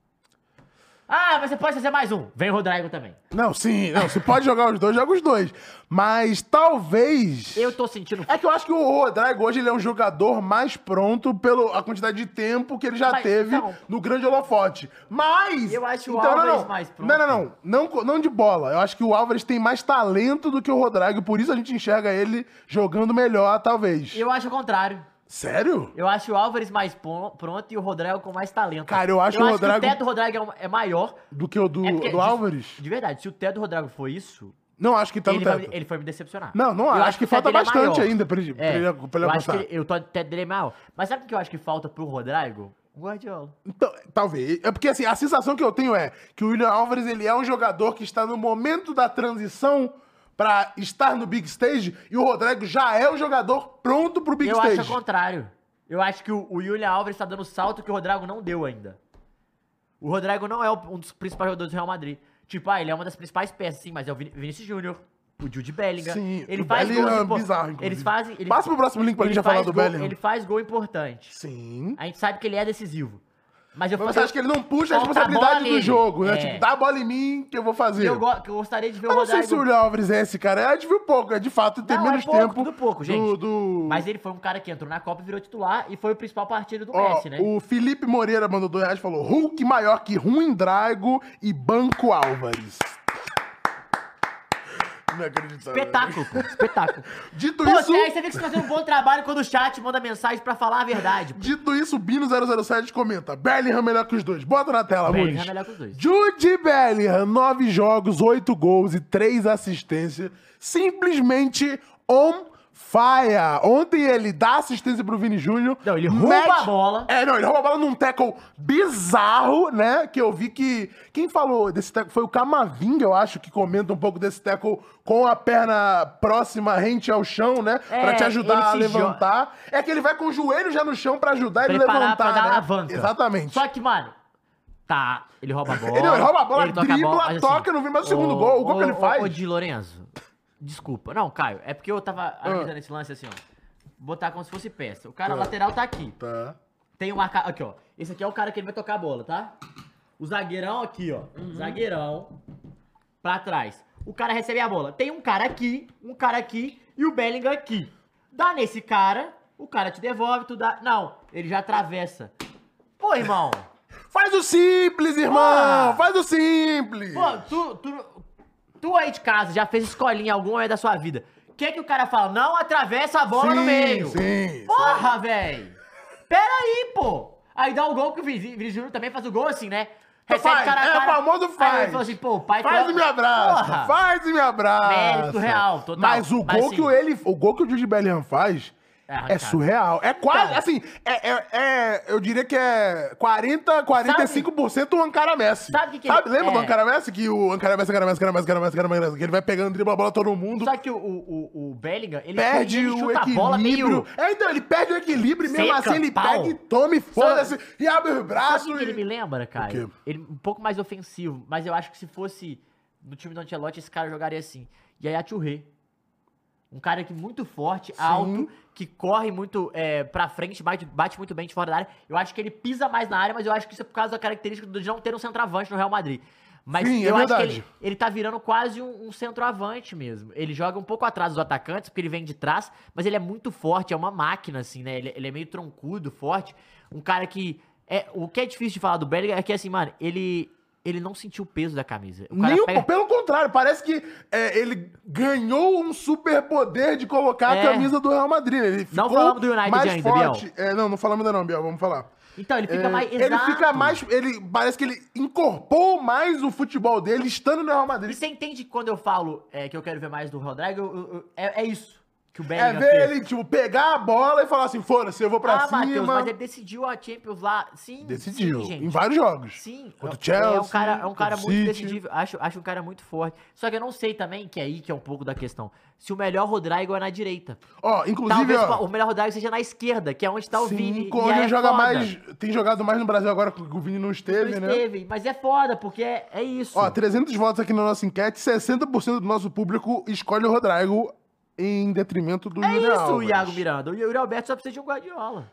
Ah, mas você pode fazer mais um. Vem o Rodrigo também. Não, sim. Não, você pode jogar os dois, joga os dois. Mas talvez... Eu tô sentindo... É que eu acho que o Rodrigo hoje ele é um jogador mais pronto pela quantidade de tempo que ele já Mas, teve então, no grande holofote. Mas... Eu acho o Álvares mais pronto. Não de bola. Eu acho que o Álvares tem mais talento do que o Rodrigo, por isso a gente enxerga ele jogando melhor, talvez. Eu acho o contrário. Sério? Eu acho o Álvares mais pronto e o Rodrigo com mais talento. Cara, eu acho o que Rodrigo- o teto do Rodrigo é maior. Do que o do, É porque, do Álvares? De verdade, se o teto do Rodrigo for isso, Não, acho que tá no teto. ele foi me decepcionar. Não, Eu acho que o falta teto dele é bastante maior. ainda pra ele Eu acho avançar. que o teto dele é maior. Mas sabe o que eu acho que falta pro Rodrigo? O Guardiola. Então, talvez. É porque, assim, a sensação que eu tenho é que o Julian Álvares, ele é um jogador que está no momento da transição pra estar no Big Stage e o Rodrigo já é o jogador pronto pro Big Eu Stage. acho o contrário. Eu acho que o Julian Álvares tá dando salto que o Rodrigo não deu ainda. O Rodrigo não é um dos principais jogadores do Real Madrid. Tipo, ele é uma das principais peças, sim, mas é o Vinícius Júnior, o Jude Bellingham. Sim, ele o faz Bellingham gols é impor- bizarro, inclusive. Eles fazem... Passa pro próximo link pra gente já falar do Bellingham. Ele faz gol importante. Sim. A gente sabe que ele é decisivo. Mas Mas você acha que ele não puxa a Falta a responsabilidade bola do nele. jogo, né? É. Tipo, dá a bola em mim que eu vou fazer. eu gostaria de ver Eu o não Rodrigo... sei se o Julian Álvares é esse cara. A gente viu pouco, de fato, tem Não, menos pouco, tempo. tudo pouco, gente. do... Mas ele foi um cara que entrou na Copa e virou titular e foi o principal partido do Ó, Messi, né? o Felipe Moreira mandou R$2 e falou: Hulk maior que Drago e Banco Álvares. Não acredito. Espetáculo, pô. Espetáculo. Dito Pô, isso, aí você vê que você tá fazendo um bom trabalho quando o chat manda mensagem pra falar a verdade. Pô. dito isso, o Bino007 comenta: Bellingham melhor que os dois. Bota na tela, Bellingham Muniz. é melhor que os dois. Jude Bellingham, 9 jogos, 8 gols e 3 assistências. Simplesmente on fire. Ontem ele dá assistência pro Vini Júnior. Não, ele rouba a bola. Ele rouba a bola num tackle bizarro, né? Que eu vi que... Quem falou desse tackle foi o Camavinga, eu acho, que comenta um pouco desse tackle com a perna próxima, rente ao chão, né? Pra te ajudar a ele se levantar. É que ele vai com o joelho já no chão pra ajudar ele a Preparar levantar, pra dar né? alavanca. Exatamente. Só que, mano, tá, ele rouba a bola. Ele rouba a bola, ele toca dribla, mas, assim, toca, não vi mais o segundo gol. O gol que ele faz. Ô, Di Lorenzo, desculpa. Não, Caio, é porque eu tava analisando esse lance assim, ó. Botar como se fosse peça. O cara lateral tá aqui. Tá. Tem um marca... Aqui, ó. Esse aqui é o cara que ele vai tocar a bola, tá? O zagueirão aqui, ó. Zagueirão pra trás. O cara recebe a bola. Tem um cara aqui e o Bellingham aqui. Dá nesse cara, o cara te devolve, tu dá... Não, ele já atravessa. Pô, irmão. Faz o simples, irmão! Faz o simples! Pô, tu aí de casa já fez escolinha alguma vez da sua vida. O que o cara fala? Não atravessa a bola no meio. Sim, Porra, velho. Pera aí, pô. Aí dá o gol que o Vini Júnior também faz o gol assim, né? Recebe faz, cara a cara. é o famoso faz. Aí ele falou assim, pô, o pai... Faz e me abraça, faz e me abraça. Mérito real, total. Mas o gol, assim, o gol que o Jude Bellingham faz É surreal. É quase, então, assim, eu diria que é 45% o Ankara Messi. Sabe que Lembra do Ankara Messi? Que o Ankara Messi, que ele vai pegando, dribla a bola todo mundo. Só que o Bellingham, ele perde o chuta equilíbrio. A bola meio... Então, ele perde o equilíbrio e mesmo assim ele pega e toma e foda-se e abre os braços. Sabe o que ele me lembra, cara? Ele um pouco mais ofensivo, mas eu acho que se fosse no time do Ancelotti, esse cara jogaria assim. Yaya Touré. Um cara que muito forte, alto, que corre muito pra frente, bate muito bem de fora da área. Eu acho que ele pisa mais na área, mas eu acho que isso é por causa da característica de não ter um centroavante no Real Madrid. Mas eu acho que ele tá virando quase um centroavante mesmo. Ele joga um pouco atrás dos atacantes, porque ele vem de trás, mas ele é muito forte, é uma máquina, assim, né? Ele é meio troncudo, forte. Um cara que... o que é difícil de falar do Bellingham é que, assim, mano, ele não sentiu o peso da camisa. Pelo contrário, parece que ele ganhou um superpoder de colocar a camisa do Real Madrid. Ele ficou não falamos do United mais ainda, forte. Biel. Não falamos ainda não, Biel, vamos falar. Então, ele fica mais... Ele fica mais... Parece que ele incorporou mais o futebol dele estando no Real Madrid. E você entende que quando eu falo que eu quero ver mais do Rodrigo, é isso que o Bellingham ver ele, tipo, pegar a bola e falar assim, foda-se, eu vou pra cima. Matheus, mas ele decidiu a Champions lá. Sim, decidiu, sim, gente. Em vários jogos. Sim. Contra o Chelsea, é um cara muito decidível. Acho um cara muito forte. Só que eu não sei também, que é um pouco da questão, se o melhor Rodrigo é na direita. Inclusive, talvez o melhor Rodrigo seja na esquerda, que é onde tá o Vini. Quando ele joga mais... Tem jogado mais no Brasil agora, que o Vini não esteve, né? Mas é foda, porque é isso. 300 votos aqui na nossa enquete, 60% do nosso público escolhe o Rodrigo em detrimento do Julián Alves. O Iago Miranda. O Yuri Alberto só precisa de um Guardiola.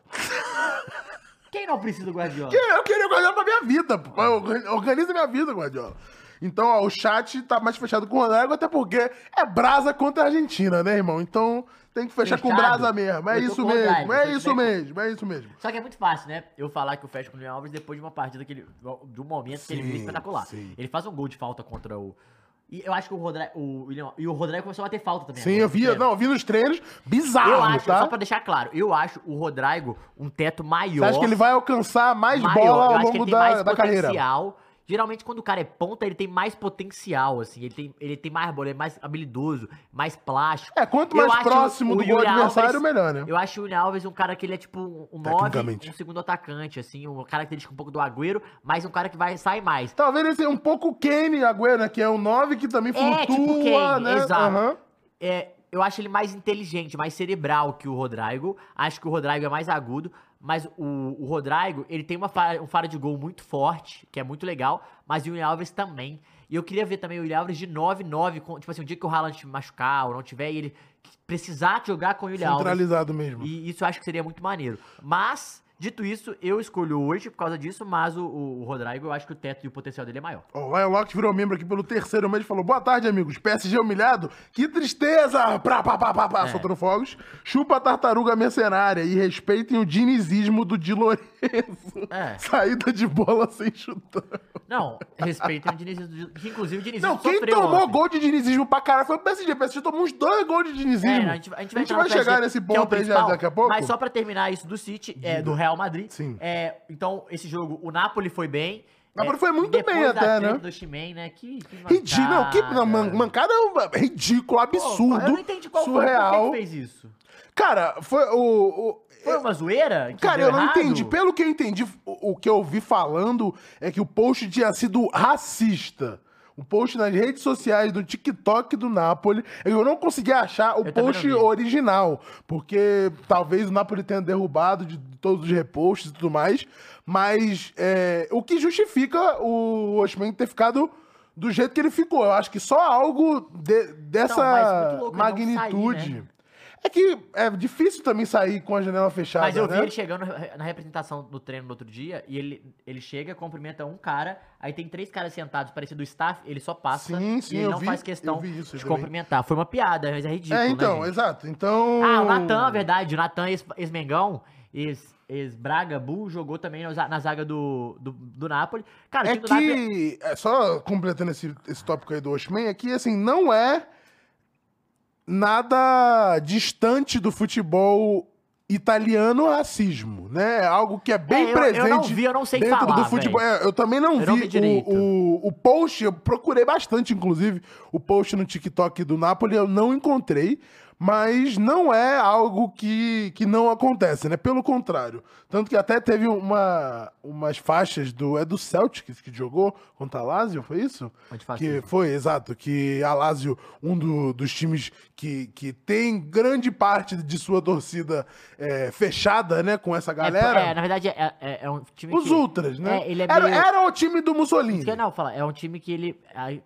Quem não precisa do Guardiola? Eu queria o Guardiola pra minha vida. Organiza minha vida, Guardiola. Então, o chat tá mais fechado com o Rodrigo, até porque é brasa contra a Argentina, né, irmão? Então, tem que fechar com brasa mesmo. É isso mesmo. Só que é muito fácil, né? Eu falar que eu fecho com o Julián Alves depois de uma partida de um momento que ele viu espetacular. Ele faz um gol de falta contra o... E eu acho que o Rodrigo começou a bater falta também. Sim, eu vi nos treinos, bizarro, eu acho, tá? Só pra deixar claro, eu acho o Rodrigo um teto maior. Você acha que ele vai alcançar mais bola ao longo da carreira? Geralmente, quando o cara é ponta, ele tem mais potencial, assim. Ele tem mais bola, ele é mais habilidoso, mais plástico. Quanto mais próximo do gol adversário, melhor, né? Eu acho o Julián Alves um cara que ele é tipo um 9, um segundo atacante, assim. Uma característica um pouco do Agüero, mas um cara que vai sair mais. Talvez ele seja um pouco Kane, Agüero, né? Que é um 9 que também flutua, tipo Kane, né? Exato. Eu acho ele mais inteligente, mais cerebral que o Rodrigo. Acho que o Rodrigo é mais agudo. Mas o Rodrigo, ele tem um faro de gol muito forte, que é muito legal. Mas o Julián Alves também. E eu queria ver também o Julián Alves de 9-9. Tipo assim, um dia que o Haaland machucar ou não tiver, e ele precisar jogar com o Julián Alves. Centralizado mesmo. E isso eu acho que seria muito maneiro. Mas... Dito isso, eu escolho hoje por causa disso, mas o Rodrigo, eu acho que o teto e o potencial dele é maior. O Lion Locked virou membro aqui pelo 3º mês e falou: boa tarde, amigos. PSG humilhado? Que tristeza! Soltando fogos. Chupa a tartaruga mercenária e respeitem o dinizismo do Di Lorenzo. Saída de bola sem chutão. Não, respeitem o dinizismo. Inclusive o dinizismo não, quem tomou gol de dinizismo pra caralho foi o PSG. O PSG tomou uns 2 gols de dinizismo. A gente vai chegar nesse ponto aí daqui a pouco. Mas só pra terminar isso do City, do Real Madrid. Sim. Então, esse jogo, o Napoli foi bem. O Napoli foi muito bem até, né? Do Osimhen, né? Que mancada é ridículo, absurdo. Eu não entendi surreal. Por que fez isso. Cara, foi Foi uma zoeira? Cara, eu não entendi. Pelo que eu entendi, o que eu ouvi falando é que o post tinha sido racista. O post nas redes sociais do TikTok do Napoli, eu não consegui achar o post original, porque talvez o Napoli tenha derrubado de todos os reposts e tudo mais, mas o que justifica o Osimhen ter ficado do jeito que ele ficou. Eu acho que só algo dessa magnitude... Sair, né? É que é difícil também sair com a janela fechada, mas eu vi ele chegando na representação do treino no outro dia, e ele chega, cumprimenta um cara, aí tem 3 caras sentados, parecido do staff, ele só passa e ele não faz questão de cumprimentar. Foi uma piada, mas é ridículo, então, né, exato. Então... o Natan, verdade, o Natan ex-Mengão, ex-Braga, Bull, jogou também na zaga do Napoli. Cara, o time do Napoli... Só completando esse tópico aí do Osimhen, é que, assim, não é nada distante do futebol italiano racismo, né? É algo que é bem presente. Eu não vi, eu não sei dentro falar, do futebol. Eu também não vi o post, eu procurei bastante, inclusive, o post no TikTok do Napoli, eu não encontrei, mas não é algo que não acontece, né? Pelo contrário. Tanto que até teve umas faixas do Celtics que jogou contra a Lazio, foi isso? Que foi, exato, que a Lazio, dos times que tem grande parte de sua torcida fechada, né, com essa galera. Na verdade, é um time Os ultras, né? Ele é meio... Era o time do Mussolini. Isso que eu não falar, é um time que ele...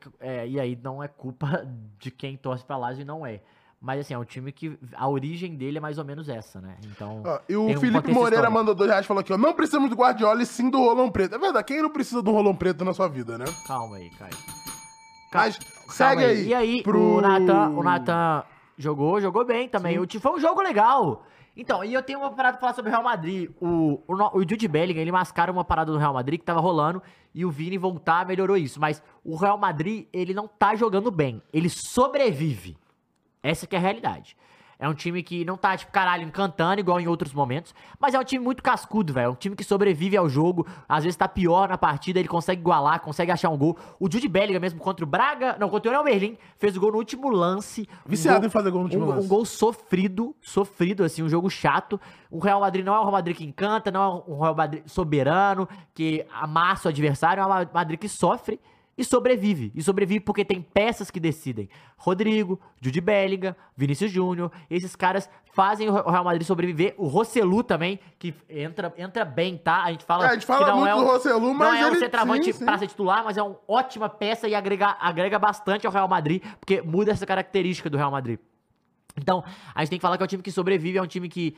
e aí não é culpa de quem torce pra Lazio, não é. Mas assim, é um time que a origem dele é mais ou menos essa, né? Então. E o Felipe Moreira mandou R$2 e falou aqui, ó. Não precisamos do Guardiola e sim do Rolão Preto. É verdade, quem não precisa do Rolão Preto na sua vida, né? Calma aí, Caio. Mas segue aí. E aí, o Nathan jogou bem também. Foi um jogo legal. Então, e eu tenho uma parada pra falar sobre o Real Madrid. O Jude Bellingham, ele mascara uma parada do Real Madrid que tava rolando e o Vini voltar melhorou isso. Mas o Real Madrid, ele não tá jogando bem. Ele sobrevive. Essa que é a realidade. É um time que não tá, tipo, caralho, encantando igual em outros momentos, mas é um time muito cascudo, velho. É um time que sobrevive ao jogo, às vezes tá pior na partida, ele consegue igualar, consegue achar um gol. O Jude Bellingham mesmo contra o União Berlim, fez o gol no último lance. Viciado em fazer gol no último lance. Um gol sofrido, assim, um jogo chato. O Real Madrid não é um Real Madrid que encanta, não é um Real Madrid soberano, que amassa o adversário, é um Madrid que sofre. E sobrevive porque tem peças que decidem. Rodrigo, Jude Bellingham, Vinícius Júnior, esses caras fazem o Real Madrid sobreviver. O Rosselló também, que entra bem, tá? A gente fala que não muito do Rosselló, mas não é um centroavante pra ser titular, mas é uma ótima peça e agrega bastante ao Real Madrid, porque muda essa característica do Real Madrid. Então, a gente tem que falar que é um time que sobrevive, é um time que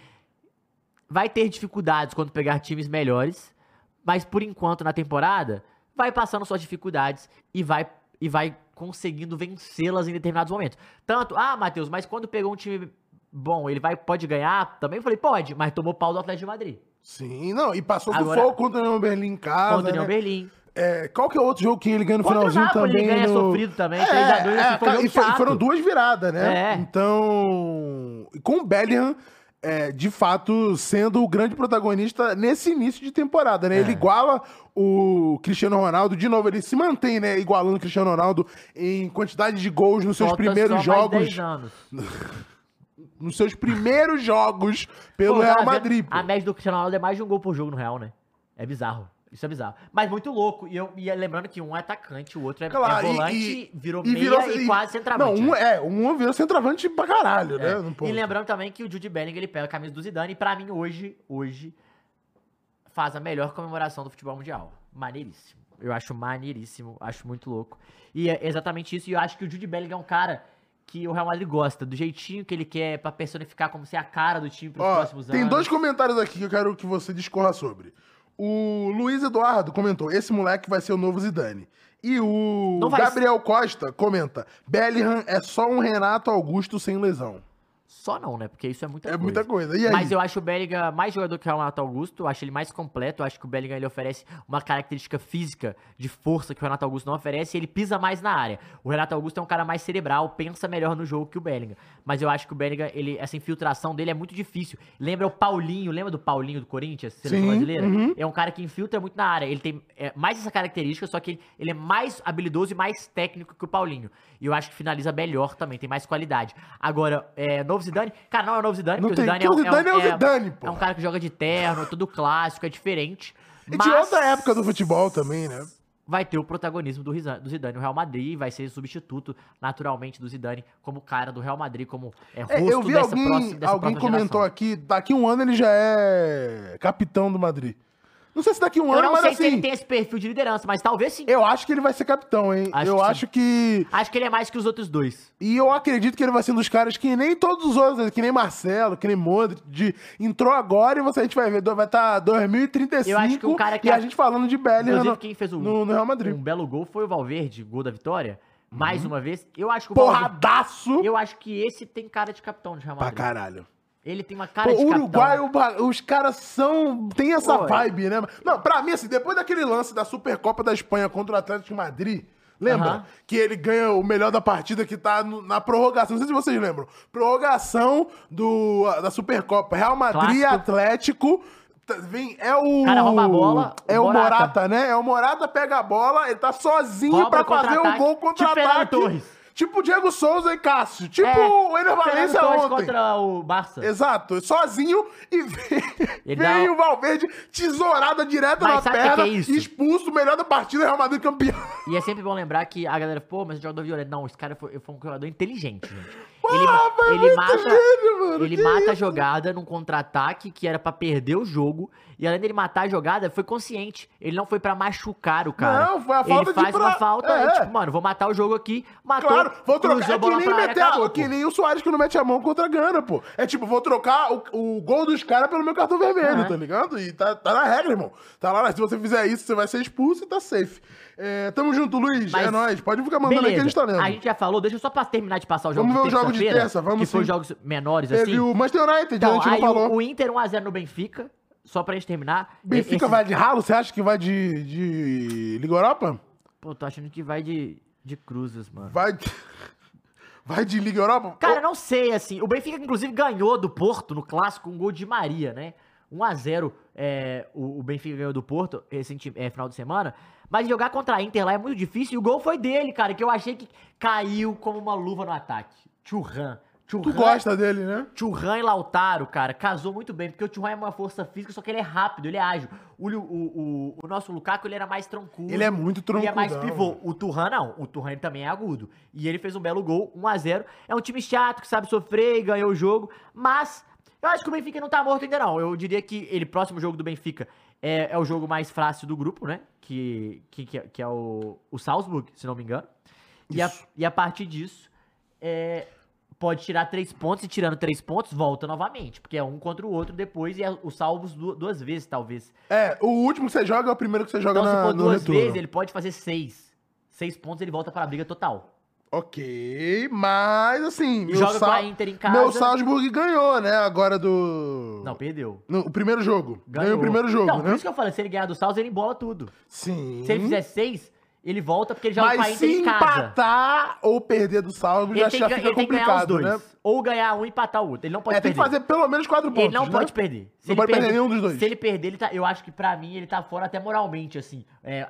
vai ter dificuldades quando pegar times melhores, mas por enquanto na temporada vai passando suas dificuldades e vai conseguindo vencê-las em determinados momentos. Tanto, Matheus, mas quando pegou um time bom, ele pode ganhar? Também eu falei, pode, mas tomou pau do Atlético de Madrid. Sim, não, e passou sufoco contra o União Berlim em casa, contra o União Berlim. Qual que é outro jogo que ele ganha no finalzinho Napoli, também? Ele ganha sofrido também, 3x2, e foram 2 viradas, né? Então, com o Bellingham, de fato, sendo o grande protagonista nesse início de temporada, né? Ele iguala o Cristiano Ronaldo, de novo, ele se mantém, né? Igualando o Cristiano Ronaldo em quantidade de gols nos seus primeiros jogos. Mais 10 anos. Nos seus primeiros jogos pelo Real Madrid. A média do Cristiano Ronaldo é mais de um gol por jogo no Real, né? É bizarro. Isso é bizarro. Mas muito louco. E lembrando que um é atacante, o outro é volante, virou meia e quase centroavante. Não, um virou centroavante pra caralho, né? E lembrando também que o Jude Bellingham, ele pega a camisa do Zidane e pra mim hoje faz a melhor comemoração do futebol mundial. Maneiríssimo. Eu acho maneiríssimo, acho muito louco. E é exatamente isso. E eu acho que o Jude Bellingham é um cara que o Real Madrid gosta, do jeitinho que ele quer pra personificar como ser a cara do time pros próximos anos. Tem 2 comentários aqui que eu quero que você discorra sobre. O Luiz Eduardo comentou, esse moleque vai ser o novo Zidane. E o Gabriel Costa comenta, Bellingham é só um Renato Augusto sem lesão. Só não, né? Porque isso é muita coisa. Muita coisa. E aí? Mas eu acho o Bellingham mais jogador que o Renato Augusto. Eu acho ele mais completo. Eu acho que o Bellingham ele oferece uma característica física de força que o Renato Augusto não oferece. E ele pisa mais na área. O Renato Augusto é um cara mais cerebral, pensa melhor no jogo que o Bellingham. Mas eu acho que o Bellingham, essa infiltração dele é muito difícil. Lembra o Paulinho? Lembra do Paulinho do Corinthians, seleção brasileira? É um cara que infiltra muito na área. Ele tem mais essa característica, só que ele é mais habilidoso e mais técnico que o Paulinho. E eu acho que finaliza melhor também, tem mais qualidade. Agora, novo Zidane? Cara, não é o novo Zidane, porque o Zidane o Zidane é o Zidane, pô. É um cara que joga de terno, tudo clássico, é diferente. E de outra época do futebol também, né? Vai ter o protagonismo do Zidane no Real Madrid, vai ser substituto, naturalmente, do Zidane como cara do Real Madrid, como rosto eu vi alguém comentou aqui, daqui um ano ele já é capitão do Madrid. Não sei se daqui um ano, mas assim... Eu não sei se ele tem esse perfil de liderança, mas talvez sim. Eu acho que ele vai ser capitão, hein? Acho que... Acho que ele é mais que os outros dois. E eu acredito que ele vai ser um dos caras que nem todos os outros, que nem Marcelo, que nem Modric, entrou agora e a gente vai ver, vai estar 2035 eu acho que um cara que e a gente falando de Bellingham inclusive, quem fez no Real Madrid. Um belo gol foi o Valverde, gol da vitória. Mais uma vez. Eu acho que o Porradaço! Eu acho que esse tem cara de capitão de Real Madrid. Pra caralho. Ele tem uma cara de Uruguai, os caras tem essa vibe, né? Não, pra mim, assim, depois daquele lance da Supercopa da Espanha contra o Atlético de Madrid, lembra? Que ele ganha o melhor da partida que tá na prorrogação. Não sei se vocês lembram. Prorrogação da Supercopa. Real Madrid e Atlético. O cara rouba a bola. É o Morata, né? O Morata pega a bola, ele tá sozinho pra fazer o gol contra-ataque. Tipo Diego Souza e Cássio. Tipo o Ener Valencia ontem. Contra o Barça. Exato. Sozinho e vem o Valverde tesourada direta na perna, expulso, o melhor da partida, Real Madrid campeão. E é sempre bom lembrar que a galera, pô, mas o jogador violento. Não, esse cara foi um jogador inteligente, gente. Ele mata a jogada num contra-ataque que era pra perder o jogo. E além dele matar a jogada, foi consciente. Ele não foi pra machucar o cara. Não, foi a falta ele faz uma falta, tipo, mano, vou matar o jogo aqui, matou. Claro, vou trocar. Que nem o Soares que não mete a mão contra a Gana, pô. É tipo, vou trocar o gol dos caras pelo meu cartão vermelho, tá ligado? E tá na regra, irmão. Tá lá, se você fizer isso, você vai ser expulso e tá safe. Tamo junto, Luiz. É nóis. Pode ficar mandando aí que a gente tá lendo. A gente já falou, deixa eu só pra terminar de passar o jogo. Vamos ver o jogo de terça, vamos que foi jogos menores, assim. Teve o Manchester United, então, a gente não falou. O Inter 1x0 no Benfica, só pra gente terminar. Benfica vai de ralo? Você acha que vai de Liga Europa? Pô, tô achando que vai de Cruzes, mano. Vai de Liga Europa? Cara, não sei, assim. O Benfica, inclusive, ganhou do Porto no Clássico, um gol de Maria, né? 1x0, o Benfica ganhou do Porto, final de semana. Mas jogar contra a Inter lá é muito difícil. E o gol foi dele, cara, que eu achei que caiu como uma luva no ataque. Thuram. Tu gosta dele, né? Thuram e Lautaro, cara, casou muito bem. Porque o Thuram é uma força física, só que ele é rápido, ele é ágil. O nosso Lukaku, ele era mais troncudo. Ele é muito troncudo. Ele é mais pivô. O Thuram, não. O Thuram, ele também é agudo. E ele fez um belo gol, 1x0. É um time chato, que sabe sofrer e ganhou o jogo. Mas eu acho que o Benfica não tá morto ainda, não. Eu diria que próximo jogo do Benfica é o jogo mais fácil do grupo, né? Que é o Salzburg, se não me engano. E a partir disso, pode tirar 3 pontos, e tirando 3 pontos, volta novamente. Porque é um contra o outro depois, e é o salvos 2 vezes, talvez. O último que você joga é o primeiro que você joga então, no retorno. Então, se for 2 vezes, ele pode fazer 6. 6 pontos, ele volta para a briga total. Ok, mas assim... Joga com a Inter em casa. Meu Salzburg ganhou, né? Agora do... Não, perdeu. O primeiro jogo. Ganhou o primeiro jogo, não, né? Por isso que eu falei, se ele ganhar do Salzburg, ele embola tudo. Sim. Se ele fizer 6... ele volta porque ele joga com a Inter em casa. Mas se empatar ou perder do Salzburg, já fica complicado, tem que ganhar os dois, né? Ou ganhar um e empatar o outro. Ele não pode perder. Tem que fazer pelo menos 4 pontos, ele não pode perder. Não pode perder nenhum dos dois. Se ele perder, eu acho que pra mim ele tá fora até moralmente, assim.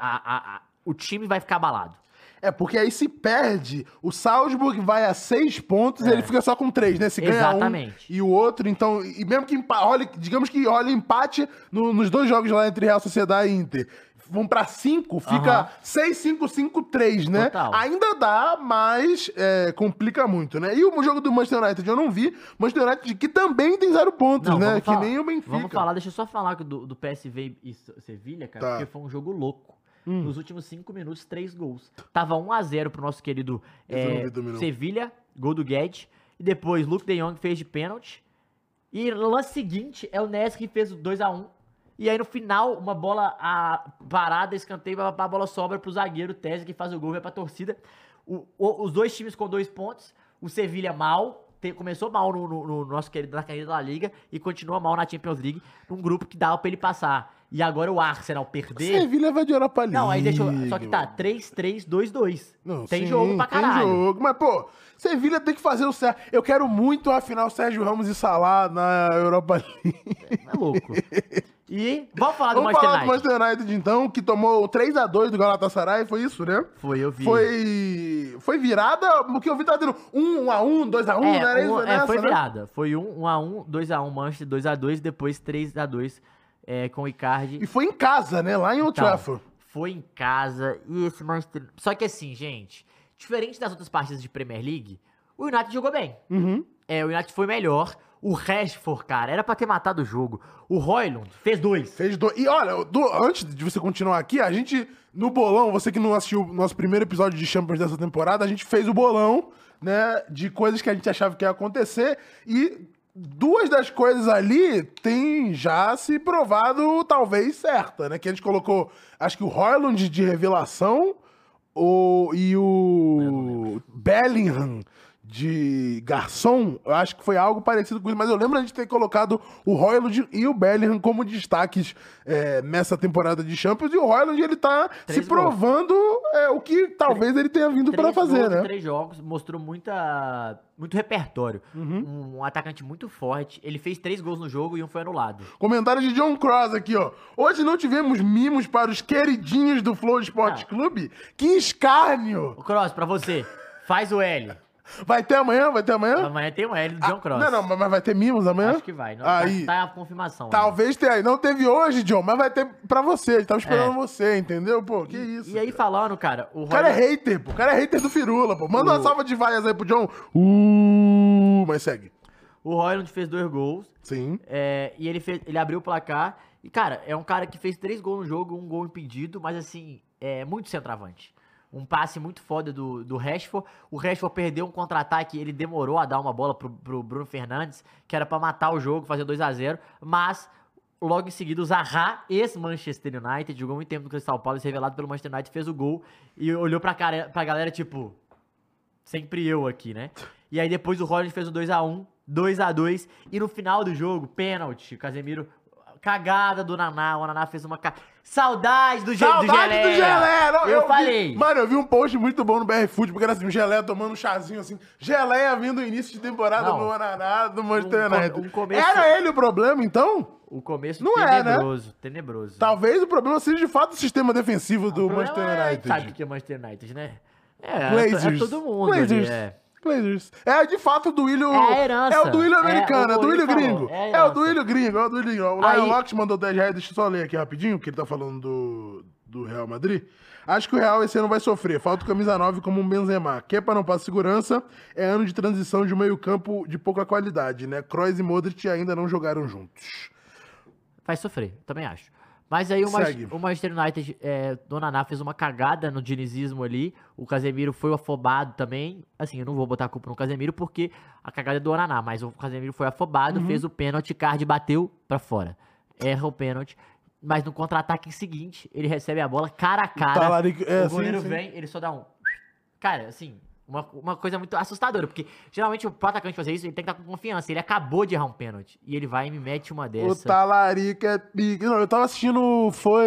O time vai ficar abalado. Porque aí se perde, o Salzburg vai a 6 pontos e ele fica só com 3, né? Se ganha um e o outro, então... E mesmo que digamos que role empate nos 2 jogos lá entre Real Sociedade e Inter. Vão pra 5, fica 6-5-5-3, né? Total. Ainda dá, mas complica muito, né? E o jogo do Manchester United eu não vi. Manchester United que também tem 0 pontos, né? Que nem o Benfica. Vamos falar, deixa eu só falar do PSV e Sevilha, cara, porque foi um jogo louco. Nos últimos 5 minutos, 3 gols. Tava 1x0 pro nosso querido Sevilha, gol do Guedes. E depois Luke de Jong fez de pênalti. E no lance seguinte é o Ness que fez o 2x1. E aí no final, uma bola parada, escanteio, a bola sobra pro zagueiro Tese, que faz o gol, vai pra torcida. Os dois times com 2 pontos. O Sevilha mal, começou mal no nosso querido na carreira da Liga e continua mal na Champions League, num grupo que dava pra ele passar. E agora o Arsenal perder... O Sevilha vai de Europa League. Não, aí deixa eu... Só que tá 3-3, 2-2. Tem jogo pra caralho. Tem jogo, mas pô, Sevilha tem que fazer o certo. Eu quero muito a final Sérgio Ramos e Salah na Europa League. É louco. E vamos falar do Manchester United. Vamos falar do Manchester United, então, que tomou 3x2 do Galatasaray, foi isso, né? Foi, eu vi. Foi virada, porque eu vi tá dando 1x1, 2x1, não era isso? Foi virada. Né? Foi 1x1, 2x1 Manchester, 2x2, depois 3x2 com o Icardi. E foi em casa, né? Lá em Old Trafford. Foi em casa, e esse Manchester... Só que assim, gente, diferente das outras partidas de Premier League, o United jogou bem. Uhum. O United foi melhor. O Rashford, cara, era pra ter matado o jogo. O Højlund fez 2. E olha, antes de você continuar aqui, a gente, no bolão, você que não assistiu o nosso primeiro episódio de Champions dessa temporada, a gente fez o bolão, né, de coisas que a gente achava que ia acontecer, e 2 das coisas ali tem já se provado talvez certa, né, que a gente colocou, acho que o Højlund de revelação e o Bellingham de garçom, eu acho que foi algo parecido com isso, mas eu lembro a gente ter colocado o Højlund e o Bellingham como destaques nessa temporada de Champions, e o Højlund, ele tá se provando o que talvez ele tenha vindo para fazer, né? 3 jogos, mostrou muito repertório. Um atacante muito forte, ele fez 3 gols no jogo e um foi anulado. Comentário de John Cross aqui, ó. Hoje não tivemos mimos para os queridinhos do Flow Esporte Clube? Que escárnio! O Cross, pra você... Faz o L. Vai ter amanhã? Amanhã tem o L do John Cross. Não, mas vai ter mimos amanhã? Acho que vai. Não, aí, tá a confirmação. Talvez tenha aí. Não teve hoje, John, mas vai ter pra você. Ele tava esperando você, entendeu? Pô, que isso. E aí falando, cara... O cara é hater, pô. O cara é hater do Firula, pô. Manda uma salva de vaias aí pro John. Mas segue. O Royland fez 2 gols. Sim. E ele abriu o placar. E, cara, é um cara que fez 3 gols no jogo, 1 gol impedido, mas, assim, é muito centroavante. Um passe muito foda do Rashford. O Rashford perdeu um contra-ataque, ele demorou a dar uma bola pro Bruno Fernandes, que era pra matar o jogo, fazer 2-0, mas logo em seguida o Zaha, ex-Manchester United, jogou muito tempo no Crystal Palace, revelado pelo Manchester United, fez o gol e olhou pra galera tipo, sempre eu aqui, né? E aí depois o Royland fez o 2-1, 2-2, e no final do jogo, pênalti, Casemiro... Cagada do Naná, o Naná fez uma Saudade do Geleia. Saudade do Geleia. Não, eu falei. Mano, eu vi um post muito bom no BR Food, porque era assim, o Geleia tomando um chazinho assim. Geleia vindo no início de temporada no Naná, do Manchester United. Era ele o problema, então? O começo não tenebroso, né? tenebroso. Talvez o problema seja de fato o sistema defensivo do Manchester United. Sabe o que é Manchester United, né? É todo mundo Glazers. Ali, Glazers. É de fato o duílio. É a herança. É o duílio americano, é o duílio gringo. É o duílio gringo, é o duílio gringo. O Ryan Locke mandou 10 reais, deixa eu só ler aqui rapidinho, que ele tá falando do Real Madrid. Acho que o Real esse ano vai sofrer. Falta o camisa 9 como um Benzema. Kepa não passa segurança. É ano de transição de um meio campo de pouca qualidade, né? Kroos e Modric ainda não jogaram juntos. Vai sofrer, também acho. Mas aí o Manchester United, do Naná fez uma cagada no dinizismo ali. O Casemiro foi afobado também. Assim, eu não vou botar a culpa no Casemiro porque a cagada é do Naná. Mas o Casemiro foi afobado, fez o pênalti, Cardi bateu pra fora. Erra o pênalti. Mas no contra-ataque seguinte, ele recebe a bola cara a cara. O goleiro vem, ele só dá um... Cara, assim... Uma coisa muito assustadora, porque geralmente o atacante fazer isso, ele tem que estar com confiança. Ele acabou de errar um pênalti e ele vai e me mete uma dessa. O talarico é pique. Não, eu tava assistindo,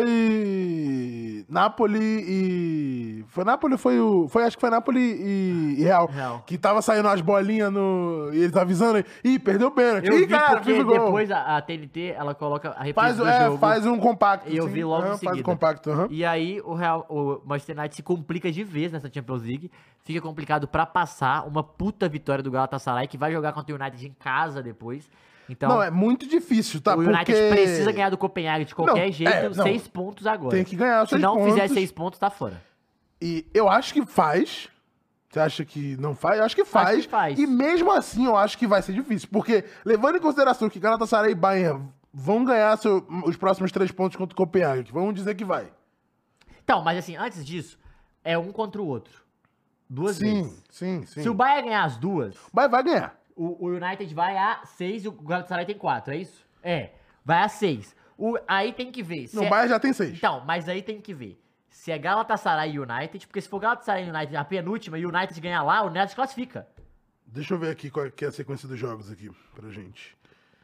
foi Napoli e... acho que foi Napoli e Real. Que tava saindo as bolinhas e ele tá avisando. Ih, perdeu o pênalti. Ih, cara, porque depois a TNT, ela coloca a reprise do jogo. Faz um compacto. E eu vi logo em seguida. Faz um compacto, E aí o Manchester United se complica de vez nessa Champions League. Fica complicado pra passar uma puta vitória do Galatasaray, que vai jogar contra o United em casa depois. Então, não, é muito difícil, tá? O United precisa ganhar do Copenhague de qualquer jeito, 6 pontos agora. Tem que ganhar os 6 pontos. Se não fizer 6 pontos, tá fora. E eu acho que faz. Você acha que não faz? Eu acho que faz. Acho que faz. E mesmo assim, eu acho que vai ser difícil. Porque, levando em consideração que Galatasaray e Bayern vão ganhar os próximos 3 pontos contra o Copenhague, vamos dizer que vai. Então, mas assim, antes disso, é um contra o outro. 2 vezes. Sim. Se o Bayern ganhar as duas... O Bayern vai ganhar. O United vai a 6 e o Galatasaray tem 4, é isso? Vai a 6. Aí tem que ver... O Bayern já tem 6. Então, mas aí tem que ver se é Galatasaray e United, porque se for Galatasaray e United a penúltima e o United ganhar lá, o United classifica. Deixa eu ver aqui qual que é a sequência dos jogos aqui pra gente.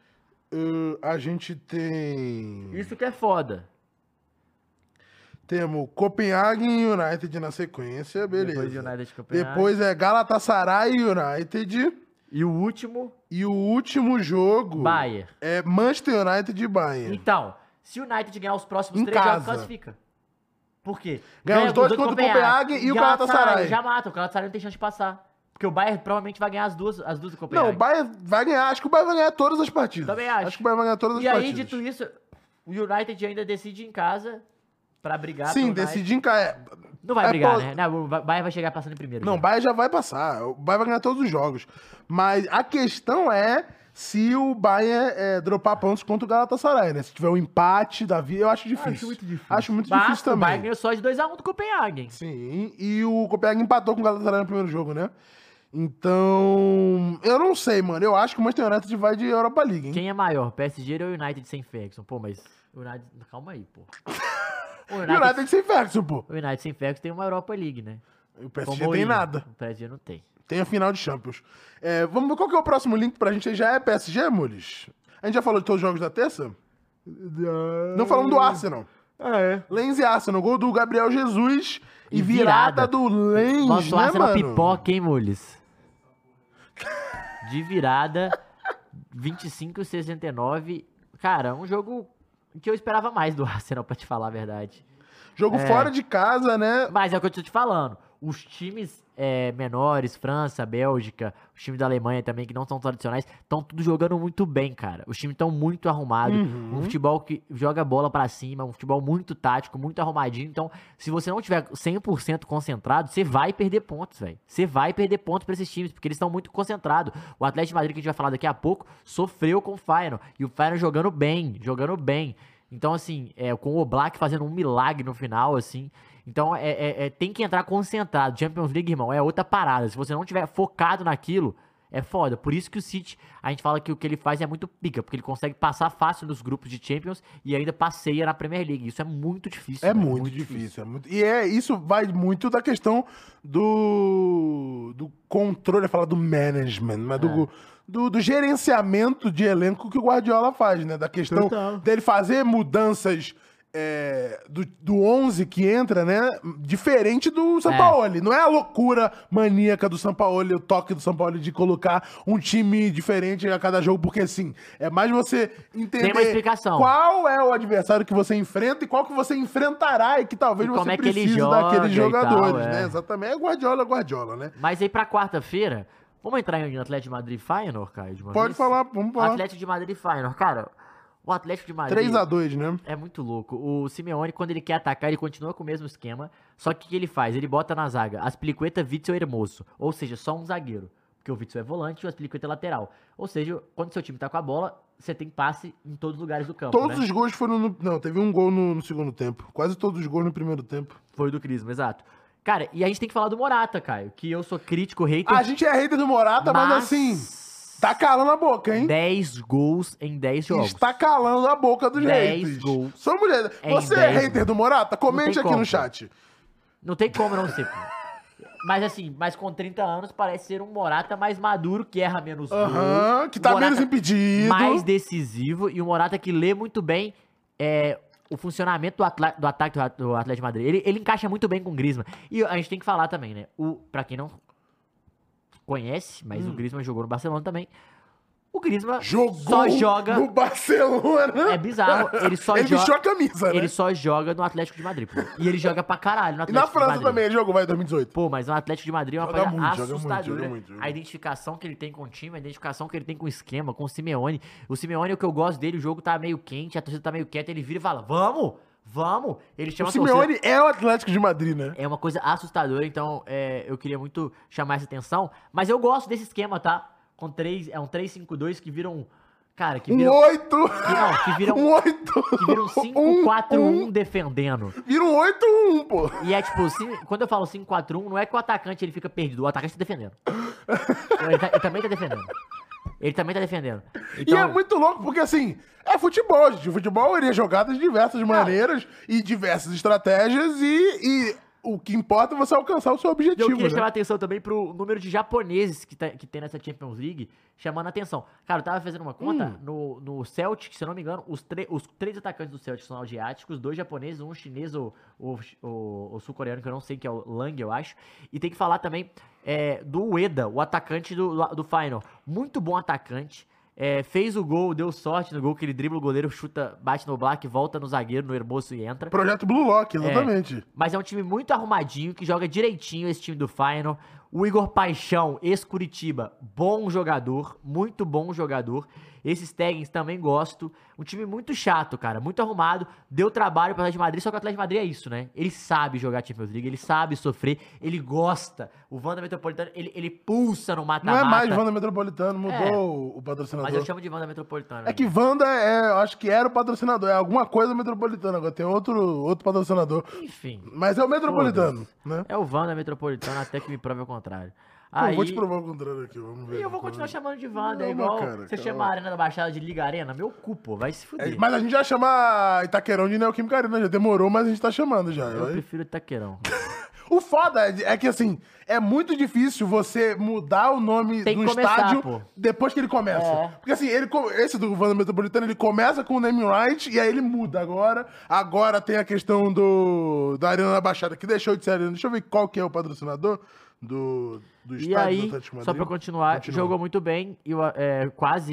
A gente tem... Isso que é foda. Temos Copenhagen e United na sequência, beleza. Depois United Copenhagen. Depois é Galatasaray e United. E o último? E o último jogo... Bayern. É Manchester United e Bayern. Então, se o United ganhar os próximos 3 jogos, classifica. Por quê? Ganha os 2 contra o Copenhagen e o Galatasaray. Já mata, o Galatasaray não tem chance de passar. Porque o Bayern provavelmente vai ganhar as duas do Copenhagen. Não, o Bayern vai ganhar. Acho que o Bayern vai ganhar todas as partidas. Também acho. Acho que o Bayern vai ganhar todas as partidas. E aí, dito isso, o United ainda decide em casa... Pra brigar. Sim, decidir em casa. Não vai brigar, né? Não, o Bayern vai chegar passando em primeiro. Não, o Bayern já vai passar. O Bayern vai ganhar todos os jogos. Mas a questão é se o Bayern dropar pontos contra o Galatasaray, né? Se tiver um empate da vida, eu acho difícil. Acho muito difícil também. O Bayern ganhou só de 2-1 do Copenhagen. Sim, e o Copenhagen empatou com o Galatasaray no primeiro jogo, né? Então, eu não sei, mano. Eu acho que o Manchester United vai de Europa League, hein? Quem é maior, PSG ou o United sem Ferguson? Pô, mas o United... Calma aí, pô. O United sem Ferguson, pô. O United sem Ferguson tem uma Europa League, né? O PSG tem nada. O PSG não tem. Tem a final de Champions. Vamos ver qual que é o próximo link pra gente. Já é PSG, Mules? A gente já falou de todos os jogos da terça? Não falamos do Arsenal. Lens e Arsenal. Gol do Gabriel Jesus e virada do Lens, nossa, né, Arsenal mano? pipoca, hein, Mules? De virada, 25-69. Cara, um jogo que eu esperava mais do Arsenal, pra te falar a verdade. Jogo fora de casa, né? Mas é o que eu tô te falando. Os times menores, França, Bélgica, os times da Alemanha também, que não são tradicionais, estão tudo jogando muito bem, cara. Os times estão muito arrumados. Um futebol que joga bola pra cima, um futebol muito tático, muito arrumadinho. Então, se você não tiver 100% concentrado, você vai perder pontos, velho. Você vai perder pontos pra esses times, porque eles estão muito concentrados. O Atlético de Madrid, que a gente vai falar daqui a pouco, sofreu com o Feyenoord. E o Feyenoord jogando bem, jogando bem. Então, assim, com o Oblak fazendo um milagre no final, assim. Então, tem que entrar concentrado. Champions League, irmão, é outra parada. Se você não tiver focado naquilo, é foda. Por isso que o City, a gente fala que o que ele faz é muito pica, porque ele consegue passar fácil nos grupos de Champions e ainda passeia na Premier League. Isso é muito difícil. É muito difícil. E isso vai muito da questão do controle, falar do management, mas do gerenciamento de elenco que o Guardiola faz, né? Da questão dele fazer mudanças do 11 que entra, né? Diferente do Sampaoli. Não é a loucura maníaca do Sampaoli, o toque do Sampaoli de colocar um time diferente a cada jogo, porque assim, é mais você entender Tem uma explicação. Qual é o adversário que você enfrenta e qual que você enfrentará e que talvez você precise daqueles jogadores, né? Exatamente. É Guardiola, né? Mas aí pra quarta-feira, vamos entrar em Atlético de Madrid e Feyenoord, Caio? Pode falar, vamos falar. Atlético de Madrid e Feyenoord, cara. O Atlético de Madrid... 3-2, né? É muito louco. O Simeone, quando ele quer atacar, ele continua com o mesmo esquema. Só que o que ele faz? Ele bota na zaga Aspilicueta, Witsel e Hermoso. Ou seja, só um zagueiro. Porque o Witsel é volante e o Aspilicueta é lateral. Ou seja, quando seu time tá com a bola, você tem passe em todos os lugares do campo. Todos os gols foram no... Não, teve um gol no segundo tempo. Quase todos os gols no primeiro tempo. Foi do Griezmann, exato. Cara, e a gente tem que falar do Morata, Caio. Que eu sou crítico, hater. A gente é hater do Morata, mas assim... Tá calando a boca, hein? 10 gols em 10 jogos. Está calando a boca dos haters. 10 gols. Só mulher. Você é hater do Morata? Comente aqui no chat. Não tem como não ser. Mas assim, com 30 anos parece ser um Morata mais maduro, que erra menos gol. Que tá menos impedido. Mais decisivo e um Morata que lê muito bem o funcionamento do ataque do Atlético de Madrid. Ele encaixa muito bem com o Griezmann. E a gente tem que falar também, né? Pra quem não conhece, mas o Griezmann jogou no Barcelona também. O Griezmann só joga no Barcelona. É bizarro. Ele vestiu a camisa, né? Ele só joga no Atlético de Madrid, pô. E ele joga pra caralho no E Atlético na França também, ele jogou, vai, em 2018. Pô, mas o Atlético de Madrid é uma coisa assustadora. Joga muito. A identificação que ele tem com o time, a identificação que ele tem com o esquema, com o Simeone. O Simeone, o que eu gosto dele, o jogo tá meio quente, a torcida tá meio quieta, ele vira e fala, vamos! Ele chama o Simeone é o Atlético de Madrid, né? É uma coisa assustadora, então eu queria muito chamar essa atenção. Mas eu gosto desse esquema, tá? Com um 3-5-2 que viram... Cara, que viram... 8! Que viram... 8! Que viram 5-4-1 defendendo. Vira um 8-1, pô. E é tipo, quando eu falo 5-4-1, não é que o atacante ele fica perdido, o atacante tá defendendo. Ele também tá defendendo. Ele também tá defendendo. Então... E é muito louco, porque assim, é futebol, gente. O futebol ele é jogado de diversas maneiras e diversas estratégias e o que importa é você alcançar o seu objetivo. Eu queria chamar a atenção também pro número de japoneses que tem nessa Champions League, chamando a atenção. Cara, eu tava fazendo uma conta, no Celtic, se eu não me engano, os 3 atacantes do Celtic são asiáticos, 2 japoneses, um chinês ou sul-coreano, que eu não sei, que é o Lang, eu acho. E tem que falar também do Ueda, o atacante do Feyenoord. Muito bom atacante. Fez o gol, deu sorte no gol, que ele dribla o goleiro, chuta, bate no Oblak, volta no zagueiro, no Hermoso e entra. Projeto Blue Lock, exatamente. Mas é um time muito arrumadinho, que joga direitinho esse time do Feyenoord. O Igor Paixão, ex-Curitiba, bom jogador, muito bom jogador. Esses Tegens também gosto. Um time muito chato, cara, muito arrumado. Deu trabalho pro Atlético de Madrid, só que o Atlético de Madrid é isso, né? Ele sabe jogar Champions League, ele sabe sofrer, ele gosta. O Wanda Metropolitano, ele pulsa no mata-mata. Não é mais Wanda Metropolitano, mudou o patrocinador. Mas eu chamo de Wanda Metropolitano. É que Wanda eu acho que era o patrocinador, é alguma coisa Metropolitano, agora tem outro patrocinador. Enfim. Mas é o Metropolitano, né? É o Wanda Metropolitano, até que me prove ao contrário. Aí, vou te provar o contrário aqui, vamos ver. E eu vou continuar chamando de Wanda, igual você chama a Arena da Baixada de Liga Arena, meu cu, pô, vai se fuder. Mas a gente já chama Itaquerão de Neoquímica Arena, já demorou, mas a gente tá chamando já. Eu prefiro Itaquerão. O foda é que, assim, é muito difícil você mudar o nome do estádio depois que ele começa. Porque, assim, esse do Wanda Metropolitano, ele começa com o name right e aí ele muda agora. Agora tem a questão da Arena da Baixada, que deixou de ser Arena. Deixa eu ver qual que é o patrocinador do estádio do Atlético de Madrid. Só pra continuar, jogou muito bem e quase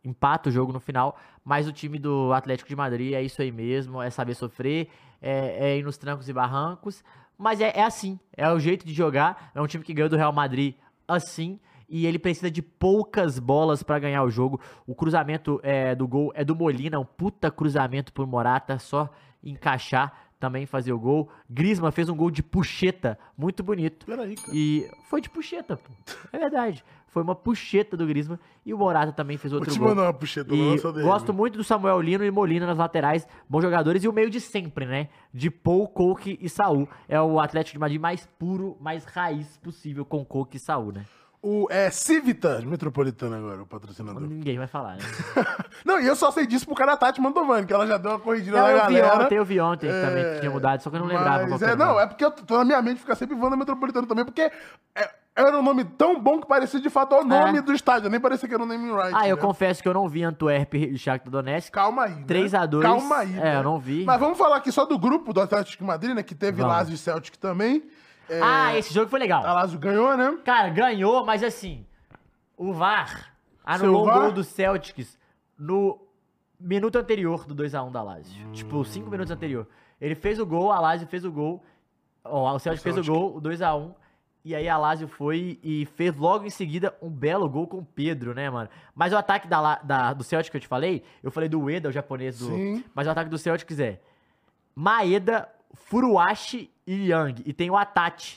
empata o jogo no final, mas o time do Atlético de Madrid é isso aí mesmo, é saber sofrer, é ir nos trancos e barrancos, mas é assim, é o jeito de jogar, é um time que ganhou do Real Madrid assim, e ele precisa de poucas bolas pra ganhar o jogo. O cruzamento do gol é do Molina, um puta cruzamento pro Morata, só encaixar, também fazer o gol. Griezmann fez um gol de pucheta, muito bonito. Peraí, cara. E foi de pucheta, pô. É verdade. Foi uma pucheta do Griezmann. E o Morata também fez outro gol. Uma pucheta, e gosto muito do Samuel Lino e Molina nas laterais. Bons jogadores. E o meio de sempre, né? De Paul, Coque e Saúl. É o Atlético de Madrid mais puro, mais raiz possível com Coque e Saúl, né? É Civitas Metropolitana agora, o patrocinador. Ninguém vai falar, né? Não, e eu só sei disso por causa da Tati Mantovani, que ela já deu uma corridinha na galera. Eu vi ontem também que tinha mudado, só que eu não lembrava. Mas, é porque eu tô na minha mente, fica sempre Wanda Metropolitana também, porque era um nome tão bom que parecia de fato o nome do estádio, nem parecia que era um naming right. Eu confesso que eu não vi Antwerp e Shakhtar Donetsk. Calma aí, né? 3-2. Calma aí, né? Eu não vi. Mas vamos falar aqui só do grupo do Atlético de Madrid, né, que teve Lazio e Celtic também. Esse jogo foi legal. A Lazio ganhou, né? Cara, ganhou, mas assim, o VAR anulou o gol do Celtics no minuto anterior do 2x1 da Lazio. Tipo, 5 minutos anterior. Ele fez o gol, a Lazio fez o gol. O Celtic fez o gol, o 2x1. E aí a Lazio foi e fez logo em seguida um belo gol com o Pedro, né, mano? Mas o ataque do Celtic que eu te falei, eu falei do Ueda, o japonês do... Sim. Mas o ataque do Celtics é Maeda, Furuhashi e Yang. E tem o Hatachi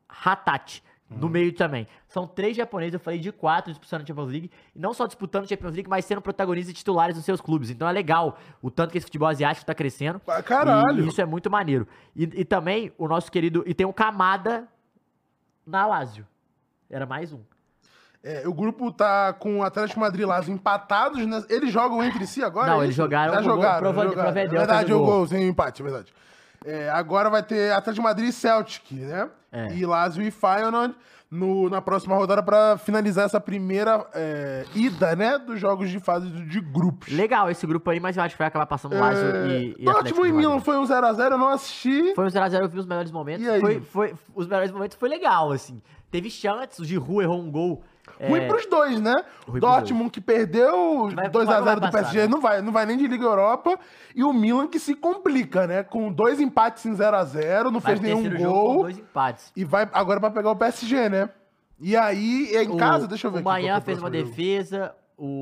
no meio também. São 3 japoneses, eu falei de 4 disputando a Champions League. E não só disputando a Champions League, mas sendo protagonistas e titulares dos seus clubes. Então é legal o tanto que esse futebol asiático tá crescendo. Caralho! E isso é muito maneiro. E também o nosso querido... E tem o Kamada na Lazio. Era mais um. O grupo tá com o Atlético de Madrid e Lazio empatados, né? Eles jogam entre si agora? Não, eles jogaram. Já jogaram. É verdade, o gol sem empate, é verdade. Agora vai ter Atlético de Madrid e Celtic, né? E Lazio e Feyenoord na próxima rodada pra finalizar essa primeira ida, né? Dos jogos de fase de grupos. Legal esse grupo aí, mas eu acho que vai acabar passando Lazio e Dortmund e Milan foi um 0x0, eu não assisti. Foi um 0x0, eu vi os melhores momentos. E aí? Os melhores momentos foi legal, assim. Teve chances, o Giroud errou um gol. Ruim pros dois, né? Dortmund que perdeu 2x0 do PSG, né? não vai nem de Liga Europa. E o Milan que se complica, né? Com 2 empates em 0x0, não fez nenhum gol. Com 2 empates. E vai agora pra pegar o PSG, né? E aí, em casa, deixa eu ver. O Manhã fez uma defesa,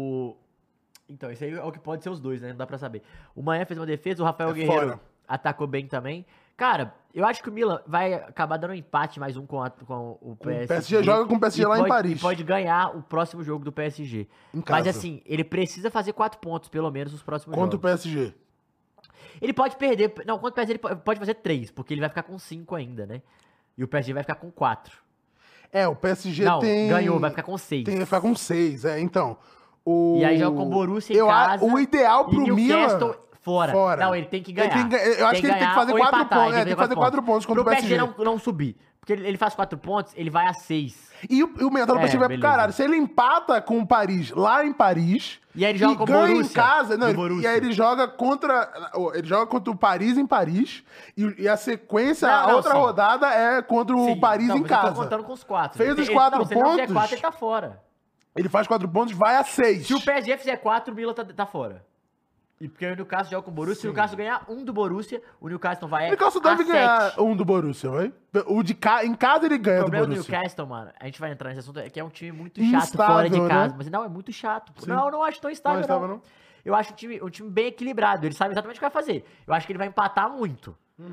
Então, esse aí é o que pode ser os dois, né? Não dá pra saber. O Manhã fez uma defesa, o Rafael Guerreiro atacou bem também. Cara, eu acho que o Milan vai acabar dando um empate mais um com o PSG. O PSG joga com o PSG lá em Paris. E pode ganhar o próximo jogo do PSG. Mas assim, ele precisa fazer 4 pontos, pelo menos, nos próximos jogos. Contra o PSG. Ele pode perder... Não, contra o PSG ele pode fazer 3, porque ele vai ficar com 5 ainda, né? E o PSG vai ficar com 4. O PSG ganhou, vai ficar com 6. Vai ficar com 6, então. E aí joga com o Borussia em casa. O ideal pro Milan... Fora. Não, ele tem que ganhar. Eu acho que ele tem que fazer 4 pontos. Tem que fazer 4 pontos contra o PSG. Não subir. Porque ele faz 4 pontos, ele vai a 6. E o mental do PSG vai pro caralho. Se ele empata com o Paris lá em Paris... E aí ele joga com o Borussia. Em casa... E aí ele joga contra... Ele joga contra o Paris em Paris. E a sequência, a outra rodada é contra o Paris em casa. Eu tô contando com os 4. Fez os 4 pontos... Se ele não fizer 4, ele tá fora. Ele faz 4 pontos, vai a 6. Se o PSG fizer 4, o Milan tá fora. E porque o Newcastle joga com o Borussia, se o Newcastle ganhar um do Borussia, o Newcastle vai O Newcastle deve ganhar um do Borussia, vai? Em casa ele ganha do Borussia. O problema do Newcastle, mano, a gente vai entrar nesse assunto, é que é um time muito chato fora de casa. Né? Mas não, é muito chato. Sim. Não acho tão estável, não. Eu acho um time bem equilibrado, ele sabe exatamente o que vai fazer. Eu acho que ele vai empatar muito.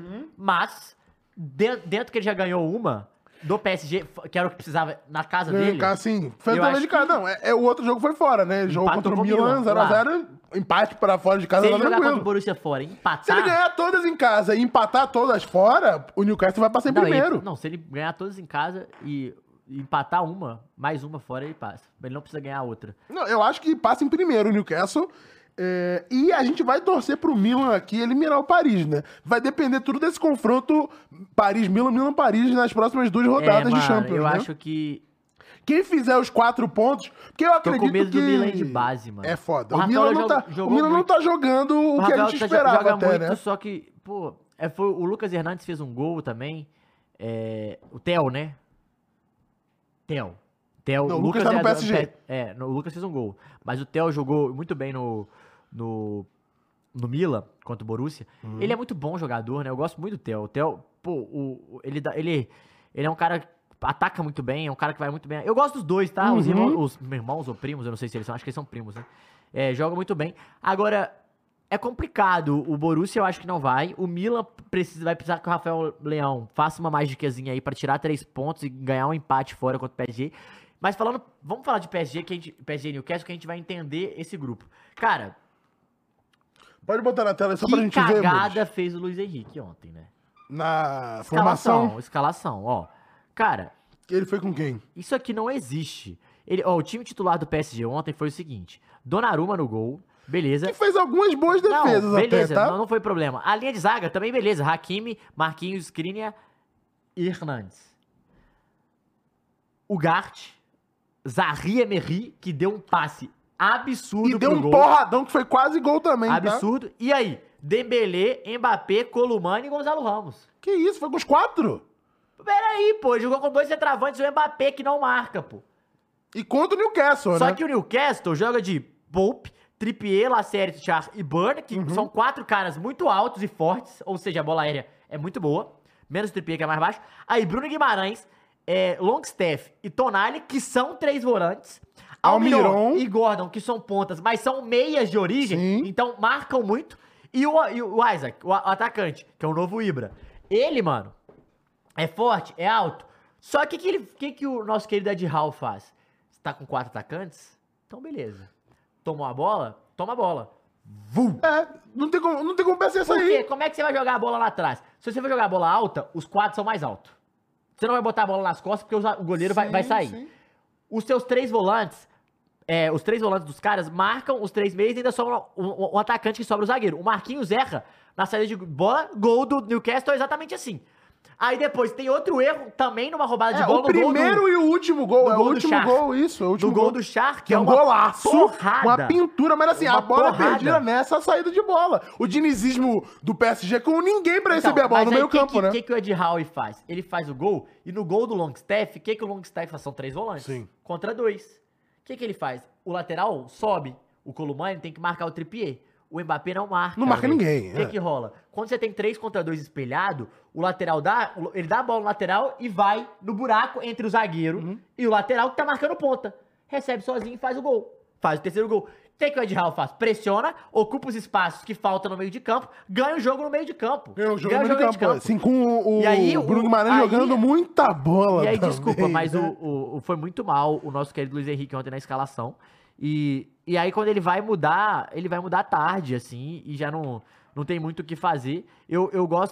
Mas, dentro que ele já ganhou uma... Do PSG, que era o que precisava na casa dele. Sim, foi também de casa. Não, o outro jogo foi fora, né? Ele jogou contra o Milan, 0x0, empate para fora de casa. Se ele jogar contra o Borussia fora, empatar... Se ele ganhar todas em casa e empatar todas fora, o Newcastle vai passar em primeiro. Se ele ganhar todas em casa e empatar mais uma fora, ele passa. Ele não precisa ganhar outra. Não, eu acho que passa em primeiro o Newcastle. E a gente vai torcer pro Milan aqui eliminar o Paris, né? Vai depender tudo desse confronto Paris-Milan, Milan-Paris nas próximas 2 rodadas de Champions, eu acho que... Quem fizer os 4 pontos... Porque eu acredito que... Tô com medo do Milan de base, mano. É foda. O Milan não tá jogando o que a gente esperava joga até, muito, né? Só que, o Lucas Hernandes fez um gol também. O Theo, né? Theo, não, o Lucas tá no PSG. O Lucas fez um gol. Mas o Theo jogou muito bem no Milan, contra o Borussia. Ele é muito bom jogador, né? Eu gosto muito do Theo. O Theo, pô, ele é um cara que ataca muito bem, é um cara que vai muito bem. Eu gosto dos dois, tá? Os irmãos ou primos, eu não sei se eles são, acho que eles são primos, né? Joga muito bem. Agora, é complicado. O Borussia eu acho que não vai. O Milan vai precisar que o Rafael Leão faça uma magicazinha aí pra tirar 3 pontos e ganhar um empate fora contra o PSG. Mas vamos falar de PSG, PSG e Newcastle, que a gente vai entender esse grupo. Cara, pode botar na tela só pra gente ver. Que cagada fez o Luiz Henrique ontem, né? Na Escalação, ó. Cara... Ele foi com quem? Isso aqui não existe. O time titular do PSG ontem foi o seguinte. Donnarumma no gol, beleza. Que fez algumas boas defesas beleza, até, tá? Não foi problema. A linha de zaga também, beleza. Hakimi, Marquinhos, Skriniar e Hernandes. Ugarte, Zaire Emery, que deu um passe absurdo e deu um porradão que foi quase gol também, absurdo. Tá? E aí? Dembélé, Mbappé, Colomani e Gonzalo Ramos. Que isso? Foi com os 4? Peraí, pô. Ele jogou com 2 centravantes e o Mbappé que não marca, pô. E contra o Newcastle, né? Só que o Newcastle joga de Pope, Trippier, Lascelles, Char e Burn, que são 4 caras muito altos e fortes, ou seja, a bola aérea é muito boa, menos o Trippier que é mais baixo. Aí Bruno Guimarães, Longstaff e Tonali, que são 3 volantes. Almiron e Gordon, que são pontas, mas são meias de origem, então marcam muito. E o Isaac, o atacante, que é o novo Ibra. Ele, mano, é forte, é alto. Só que o nosso querido Ed Hall faz? Você tá com 4 atacantes? Então beleza. Tomou a bola? Toma a bola. Vum! Não tem como pensar isso aí. Por quê? Como é que você vai jogar a bola lá atrás? Se você for jogar a bola alta, os 4 são mais altos. Você não vai botar a bola nas costas porque o goleiro vai sair. Sim. Os seus 3 volantes, os 3 volantes dos caras marcam os 3 meios e ainda sobra um atacante que sobra o zagueiro. O Marquinhos erra na saída de bola, gol do Newcastle é exatamente assim. Aí depois tem outro erro também numa roubada de bola. O primeiro e o último gol. É o último gol, isso. É o último gol do Char, que é um golaço. Porrada. Uma pintura, mas assim, a bola é perdida nessa saída de bola. O dinizismo do PSG com ninguém pra receber a bola no meio campo, né? O que o Ed Howe faz? Ele faz o gol e no gol do Longstaff, o que o Longstaff faz? São 3 volantes. Sim. Contra 2. O que ele faz? O lateral sobe, o Colomani tem que marcar o Trippier. O Mbappé não marca. Não marca ninguém. O que rola? Quando você tem 3 contra 2 espelhado, o lateral ele dá a bola no lateral e vai no buraco entre o zagueiro e o lateral que tá marcando ponta. Recebe sozinho e faz o gol. Faz o terceiro gol. O que o Ed Hall faz? Pressiona, ocupa os espaços que faltam no meio de campo, ganha o jogo no meio de campo. Ganha o jogo no meio de campo. Assim, com o Bruno Guimarães jogando muita bola. E aí, também. Desculpa, mas foi muito mal o nosso querido Luiz Henrique ontem na escalação. E aí, quando ele vai mudar tarde, assim, e já não tem muito o que fazer. Eu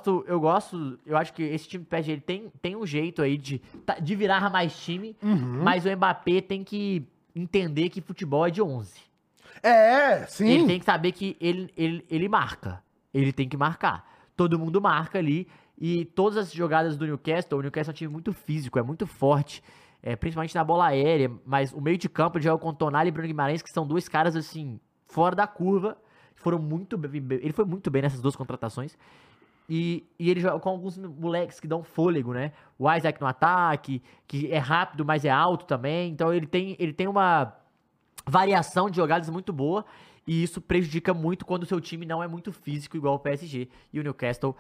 acho que esse time do PSG ele tem um jeito aí de virar mais time, mas o Mbappé tem que entender que futebol é de 11. Sim. Ele tem que saber que ele marca. Ele tem que marcar. Todo mundo marca ali. E todas as jogadas do Newcastle, o Newcastle é um time muito físico, é muito forte. Principalmente na bola aérea, mas o meio de campo ele joga com Tonali e Bruno Guimarães, que são 2 caras, assim, fora da curva. Ele foi muito bem nessas 2 contratações. E ele joga com alguns moleques que dão fôlego, né? O Isaac no ataque, que é rápido, mas é alto também. Então ele tem uma variação de jogadas muito boa. E isso prejudica muito quando o seu time não é muito físico, igual o PSG. E o Newcastle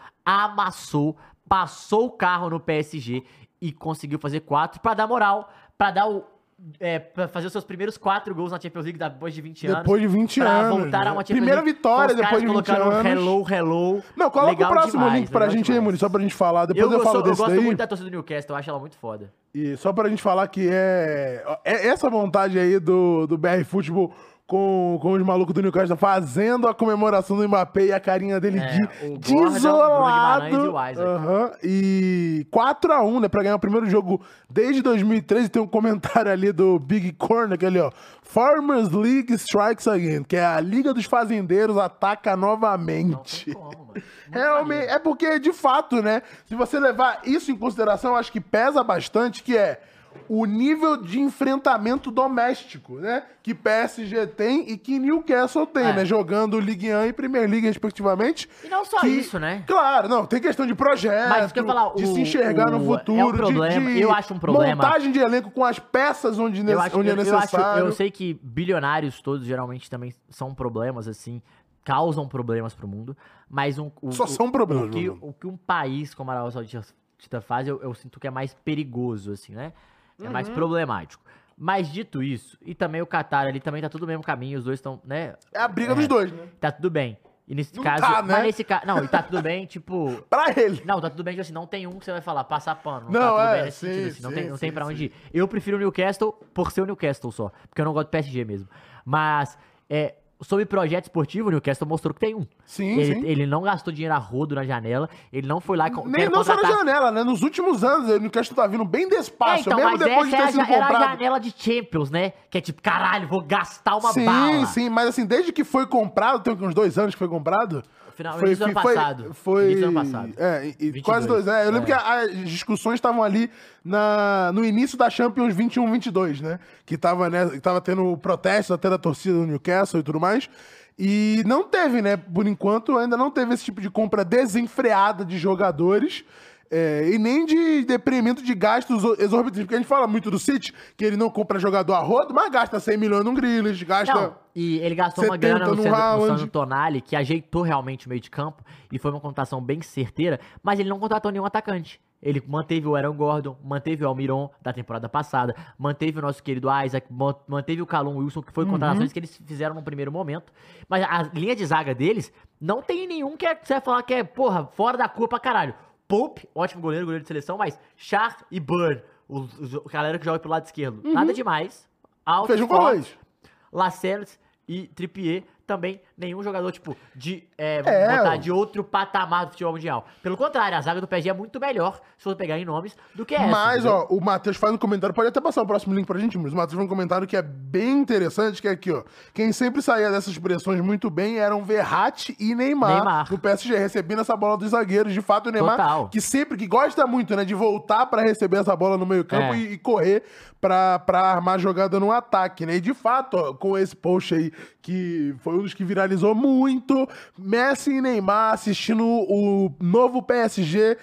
passou o carro no PSG e conseguiu fazer 4 pra dar moral, pra dar pra fazer os seus primeiros 4 gols na Champions League depois de 20 anos. Depois de 20 anos. Pra voltar a uma Champions Primeira League, vitória depois de 20 anos. Hello. Não, coloca o próximo link pra gente aí, Muni, só pra gente falar. Depois eu falo desse daí. Eu gosto muito da torcida do Newcastle, eu acho ela muito foda. E só pra gente falar que é essa vontade aí do BR Futebol com os malucos do Newcastle fazendo a comemoração do Mbappé e a carinha dele de isolado. E 4-1, né? Pra ganhar o primeiro jogo desde 2013. Tem um comentário ali do Big Corner, que ali, ó. Farmers League Strikes Again, que é a Liga dos Fazendeiros ataca novamente. Não tem como, mano. Realmente, é porque, de fato, né? Se você levar isso em consideração, acho que pesa bastante, que é o nível de enfrentamento doméstico, né? Que PSG tem e que Newcastle tem, né? Jogando Ligue 1 e Premier League, respectivamente. E não só isso, né? Claro, não, tem questão de projeto, mas que eu falar, de se enxergar no futuro, é um problema, eu acho um problema. Montagem de elenco com as peças onde é necessário. Eu sei que bilionários todos geralmente também são problemas, assim, causam problemas pro mundo, mas são problemas. O que um país como a Arábia Saudita faz, eu sinto que é mais perigoso, assim, né? É mais problemático. Mas dito isso, e também o Qatar ali também tá tudo no mesmo caminho, os dois estão, né? É a briga dos dois, né? Tá tudo bem. E nesse não caso, tá, né? mas nesse caso, não, e tá tudo bem, tipo, pra ele. Não, tá tudo bem, tipo assim, não tem um que você vai falar, passar pano. Não, tá tudo bem sim, nesse sentido, assim, não tem pra onde sim. ir. Eu prefiro o Newcastle por ser o Newcastle só, porque eu não gosto do PSG mesmo. Mas, sobre projeto esportivo, o Newcastle mostrou que tem um. Sim. Ele não gastou dinheiro a rodo na janela, ele não foi lá... Nem não só na janela, né? Nos últimos anos, o Newcastle tá vindo bem despacio, então, mesmo mas depois de ter sido era comprado. a janela de Champions, né? Que é tipo, caralho, vou gastar uma bala. Sim, mas assim, desde que foi comprado, tem uns 2 anos que foi comprado... Início do ano passado. Início do ano passado. Quase 2 anos. Eu lembro que as discussões estavam ali no início da Champions 21-22, né? Que tava tendo protestos até da torcida do Newcastle e tudo mais. E não teve, né? Por enquanto, ainda não teve esse tipo de compra desenfreada de jogadores. E nem de deprimento de gastos exorbitantes. Porque a gente fala muito do City, que ele não compra jogador a rodo, mas gasta 100 milhões no Grealish, gasta... Não, e ele gastou uma grana no Sandro Tonali, que ajeitou realmente o meio de campo, e foi uma contratação bem certeira, mas ele não contratou nenhum atacante. Ele manteve o Aaron Gordon, manteve o Almiron da temporada passada, manteve o nosso querido Isaac, manteve o Callum Wilson, que foi contratações que eles fizeram no primeiro momento. Mas a linha de zaga deles não tem nenhum que você vai falar que é, porra, fora da curva pra caralho. Pope, ótimo goleiro de seleção, mas Char e Bird, a galera que joga pelo lado esquerdo, nada demais. Feijão com arroz. Lascelles e Trippier, também nenhum jogador, tipo, vamos botar, de outro patamar do futebol mundial. Pelo contrário, a zaga do PSG é muito melhor, se for pegar em nomes, do que essa. Mas, entendeu? ó, o Matheus faz um comentário, pode até passar o próximo link pra gente, mas o Matheus faz um comentário que é bem interessante, que é aqui, ó. Quem sempre saía dessas pressões muito bem eram Verratti e Neymar. No PSG, recebendo essa bola dos zagueiros. De fato, o Neymar, que gosta muito, né, de voltar pra receber essa bola no meio campo e correr pra armar a jogada no ataque, né? E de fato, ó, com esse post aí, que foi um dos que viralizou muito, Messi e Neymar assistindo o novo PSG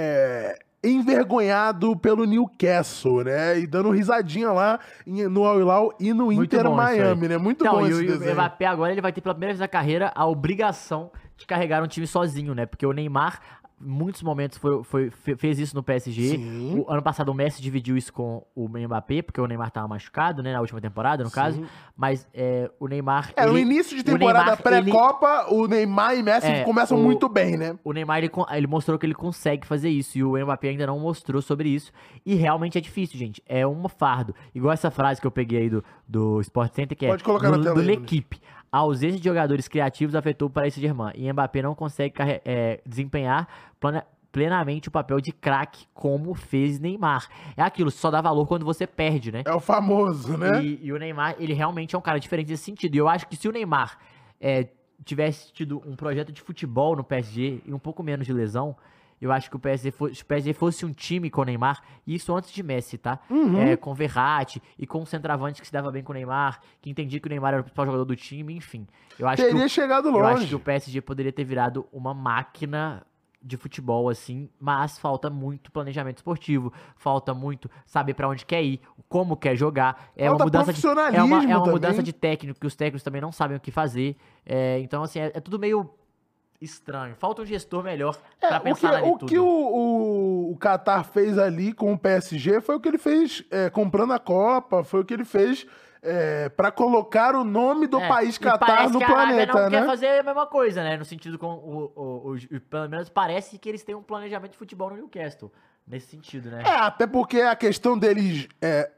envergonhado pelo Newcastle, né? E dando risadinha lá no Al Hilal e no Inter Miami, né? Muito bom esse desenho. E o Mbappé agora ele vai ter pela primeira vez na carreira a obrigação de carregar um time sozinho, né? Porque o Neymar muitos momentos fez isso no PSG. O ano passado o Messi dividiu isso com o Mbappé, porque o Neymar tava machucado, né? Na última temporada, no caso. Mas o Neymar... no início de temporada pré-Copa, o Neymar e Messi começam muito bem, né? O Neymar, ele mostrou que ele consegue fazer isso. E o Mbappé ainda não mostrou sobre isso. E realmente é difícil, gente. É um fardo. Igual essa frase que eu peguei aí do Sport Center, que Pode colocar na tela do aí, L'Equipe. A ausência de jogadores criativos afetou o Paris Saint-Germain e Mbappé não consegue desempenhar plenamente o papel de craque como fez Neymar. É aquilo, só dá valor quando você perde, né? É o famoso, né? E o Neymar, ele realmente é um cara diferente nesse sentido. E eu acho que se o Neymar tivesse tido um projeto de futebol no PSG e um pouco menos de lesão, eu acho que se o PSG fosse um time com o Neymar, e isso antes de Messi, tá? Com Verratti e com o centroavante que se dava bem com o Neymar, que entendia que o Neymar era o principal jogador do time, enfim. Teria chegado longe. Eu acho que o PSG poderia ter virado uma máquina de futebol, assim, mas falta muito planejamento esportivo, falta muito saber pra onde quer ir, como quer jogar. É falta uma mudança profissionalismo é uma também. mudança de técnico, que os técnicos também não sabem o que fazer. Então, assim, é tudo meio estranho. Falta um gestor melhor pra pensar ali tudo. O que o Qatar fez ali com o PSG foi o que ele fez comprando a Copa, foi o que ele fez pra colocar o nome do país Qatar no planeta, não né? quer fazer a mesma coisa, né? No sentido com pelo menos parece que eles têm um planejamento de futebol no Newcastle, nesse sentido, né? Até porque a questão deles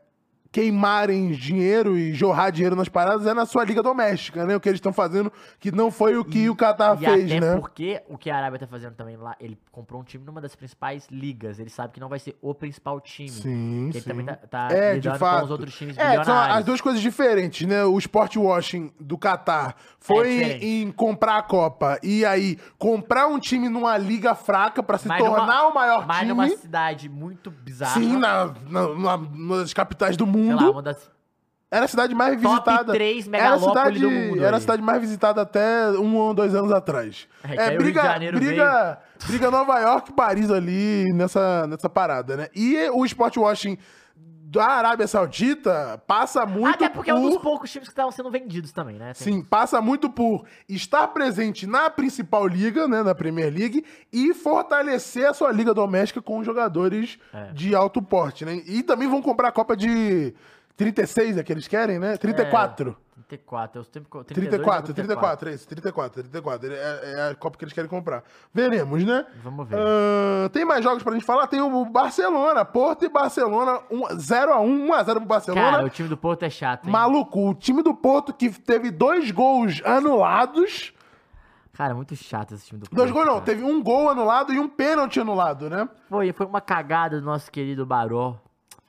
queimarem dinheiro e jorrar dinheiro nas paradas é na sua liga doméstica, né? O que eles estão fazendo, que não foi o que o Qatar fez, até né? Porque o que a Arábia tá fazendo também lá, ele comprou um time numa das principais ligas. Ele sabe que não vai ser o principal time. Sim, que sim. Ele também tá de fato. com os outros times milionários. São as duas coisas diferentes, né? O sport washing do Qatar foi em comprar a Copa e aí comprar um time numa liga fraca pra se tornar o maior time. Mas numa cidade muito bizarra. Sim, uma das capitais do mundo. Sei lá, uma das era a cidade mais visitada. Top 3 megalópolis do mundo. Era a cidade mais visitada até 1 ou 2 anos atrás. Briga Nova York e Paris ali nessa parada, né? E o sport washing da Arábia Saudita passa muito Até porque é um dos poucos times que estavam sendo vendidos também, né? Sim, passa muito por estar presente na principal liga, né, na Premier League, e fortalecer a sua liga doméstica com jogadores de alto porte, né? E também vão comprar a Copa de 36, é que eles querem, né? 34. 34, eu sempre... 34, é isso, 34. É a Copa que eles querem comprar. Veremos, né? Vamos ver. Tem mais jogos pra gente falar? Tem o Barcelona, Porto e Barcelona, 0-1, 1-0 pro Barcelona. Cara, o time do Porto é chato, hein? Maluco, o time do Porto que teve 2 gols anulados. Cara, muito chato esse time do Porto. 2 gols não, cara. teve 1 gol anulado e um pênalti anulado, né? Foi uma cagada do nosso querido Baró.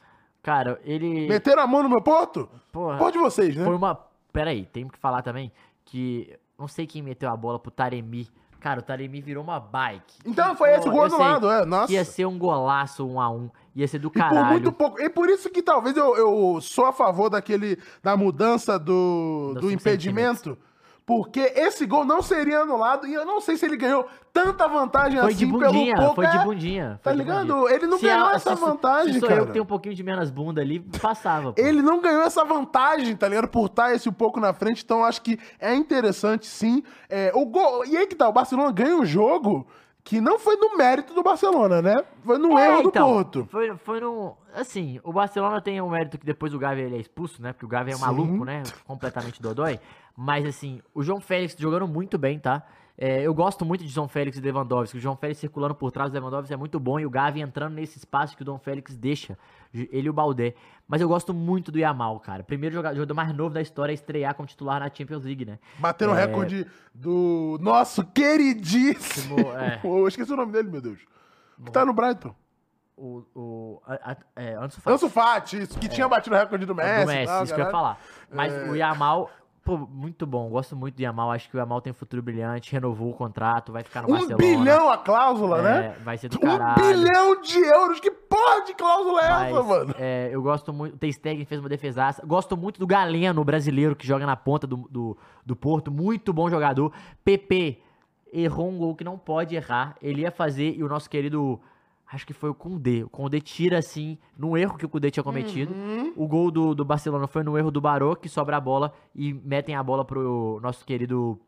Cara, ele... Meteram a mão no meu Porto? Porra, Pode vocês, né? Foi uma... Pera aí, tem que falar também que... Não sei quem meteu a bola pro Taremi. Cara, o Taremi virou uma bike. Então foi esse gol anulado, nossa. Ia ser um golaço 1-1. Ia ser do E caralho. por muito pouco. E por isso que talvez eu sou a favor da mudança do impedimento. Porque esse gol não seria anulado e eu não sei se ele ganhou tanta vantagem foi assim de bundinha, pelo pouco. Foi de bundinha. Tá ligado? Ele não ganhou essa vantagem, se sou cara. eu que tenho um pouquinho de menos bunda ali, passava. Pô. Ele não ganhou essa vantagem, tá ligado? Por estar esse um pouco na frente. Então acho que é interessante, sim. O gol... E aí que tá, o Barcelona ganha um jogo que não foi no mérito do Barcelona, né? Foi no erro do Porto. Foi no... Assim, o Barcelona tem um mérito que depois o Gavi ele é expulso, né? Porque o Gavi é maluco, né? Completamente dodói. Mas, assim, o João Félix jogando muito bem, tá? Eu gosto muito de João Félix e Lewandowski. O João Félix circulando por trás do Lewandowski é muito bom. E o Gavi entrando nesse espaço que o João Félix deixa. Ele e o Baldé. Mas eu gosto muito do Yamal, cara. Primeiro jogador mais novo da história a estrear como titular na Champions League, né? Batendo o recorde do nosso queridíssimo... Eu esqueci o nome dele, meu Deus. Que tá no Brighton. Ansu Fati. Ansu Fati, isso, que tinha batido o recorde do Messi. Do Messi, isso que eu ia falar. Mas o Yamal... Pô, muito bom. Gosto muito do Yamal. Acho que o Yamal tem um futuro brilhante. Renovou o contrato. Vai ficar no Barcelona. 1 bilhão a cláusula, né? Vai ser do caralho. 1 bilhão de euros. Que porra de cláusula é essa, mano? Eu gosto muito... O Ter Stegen fez uma defesaça. Gosto muito do Galeno, brasileiro, que joga na ponta do Porto. Muito bom jogador. PP errou um gol que não pode errar. Ele ia fazer e o nosso querido... Acho que foi o Koundé. O Koundé tira, assim, no erro que o Koundé tinha cometido. O gol do Barcelona foi no erro do Baró, que sobra a bola e metem a bola pro nosso querido...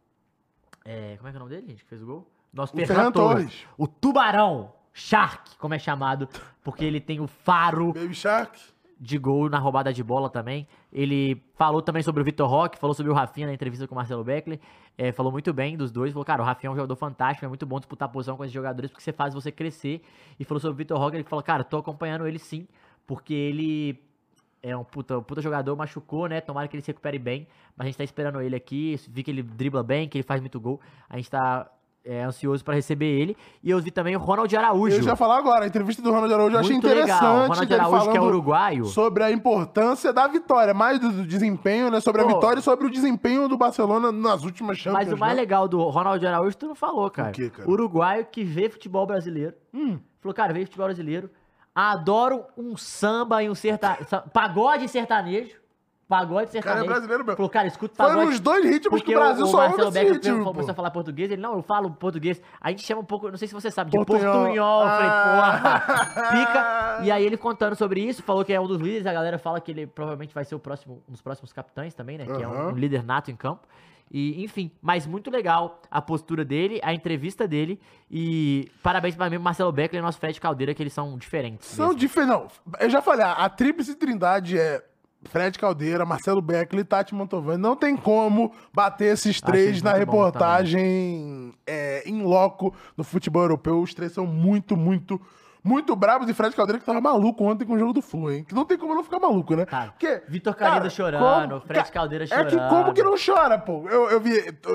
como é que é o nome dele, gente, que fez o gol? Nosso Ferran Torres. O Tubarão Shark, como é chamado, porque ele tem o faro... Baby Shark. De gol na roubada de bola também. Ele falou também sobre o Vitor Roque, falou sobre o Rafinha na entrevista com o Marcelo Beckler. Falou muito bem dos dois. Falou, cara, o Rafinha é um jogador fantástico, é muito bom disputar a posição com esses jogadores, porque você faz você crescer. E falou sobre o Vitor Roque, ele falou, cara, tô acompanhando ele sim, porque ele é um puta jogador, machucou, né? Tomara que ele se recupere bem. Mas a gente tá esperando ele aqui. Vi que ele dribla bem, que ele faz muito gol. A gente tá... ansioso pra receber ele. E eu vi também o Ronald Araújo. Eu já ia falar agora, a entrevista do Ronald Araújo eu achei interessante. Legal. O Ronald Araújo, que é uruguaio. Sobre a importância da vitória, mais do desempenho, né? Sobre a vitória e sobre o desempenho do Barcelona nas últimas Champions. Mas o mais legal do Ronald Araújo, tu não falou, cara. O quê, cara? Uruguaio que vê futebol brasileiro. Falou, cara, vê futebol brasileiro. Adoro um samba e um pagode sertanejo. Pagode sertanejo. Cara, é brasileiro mesmo. Falou, cara, escuta pagode. Foi nos 2 ritmos que o Brasil só ouve esse ritmo. Começou a falar português, ele, não, eu falo português. A gente chama um pouco, não sei se você sabe, de portunhol. Eu falei, porra, pica. E aí ele contando sobre isso, falou que é um dos líderes, a galera fala que ele provavelmente vai ser um dos próximos capitães também, né? Que é um líder nato em campo. E, enfim, mas muito legal a postura dele, a entrevista dele. E parabéns para mim, Marcelo Beckler e nosso Fred Caldeira, que eles são diferentes. São diferentes. Não, eu já falei, a tríplice trindade é Fred Caldeira, Marcelo Beckler e Tati Mantovani. Não tem como bater esses 3 na reportagem em loco no futebol europeu. Os 3 são muito, muito, muito brabos e Fred Caldeira que tava maluco ontem com o jogo do Flu, hein? Que não tem como não ficar maluco, né? Cara, Porque, Vitor Calindo chorando, Fred Caldeira chorando. É que como que não chora, pô? Eu vi...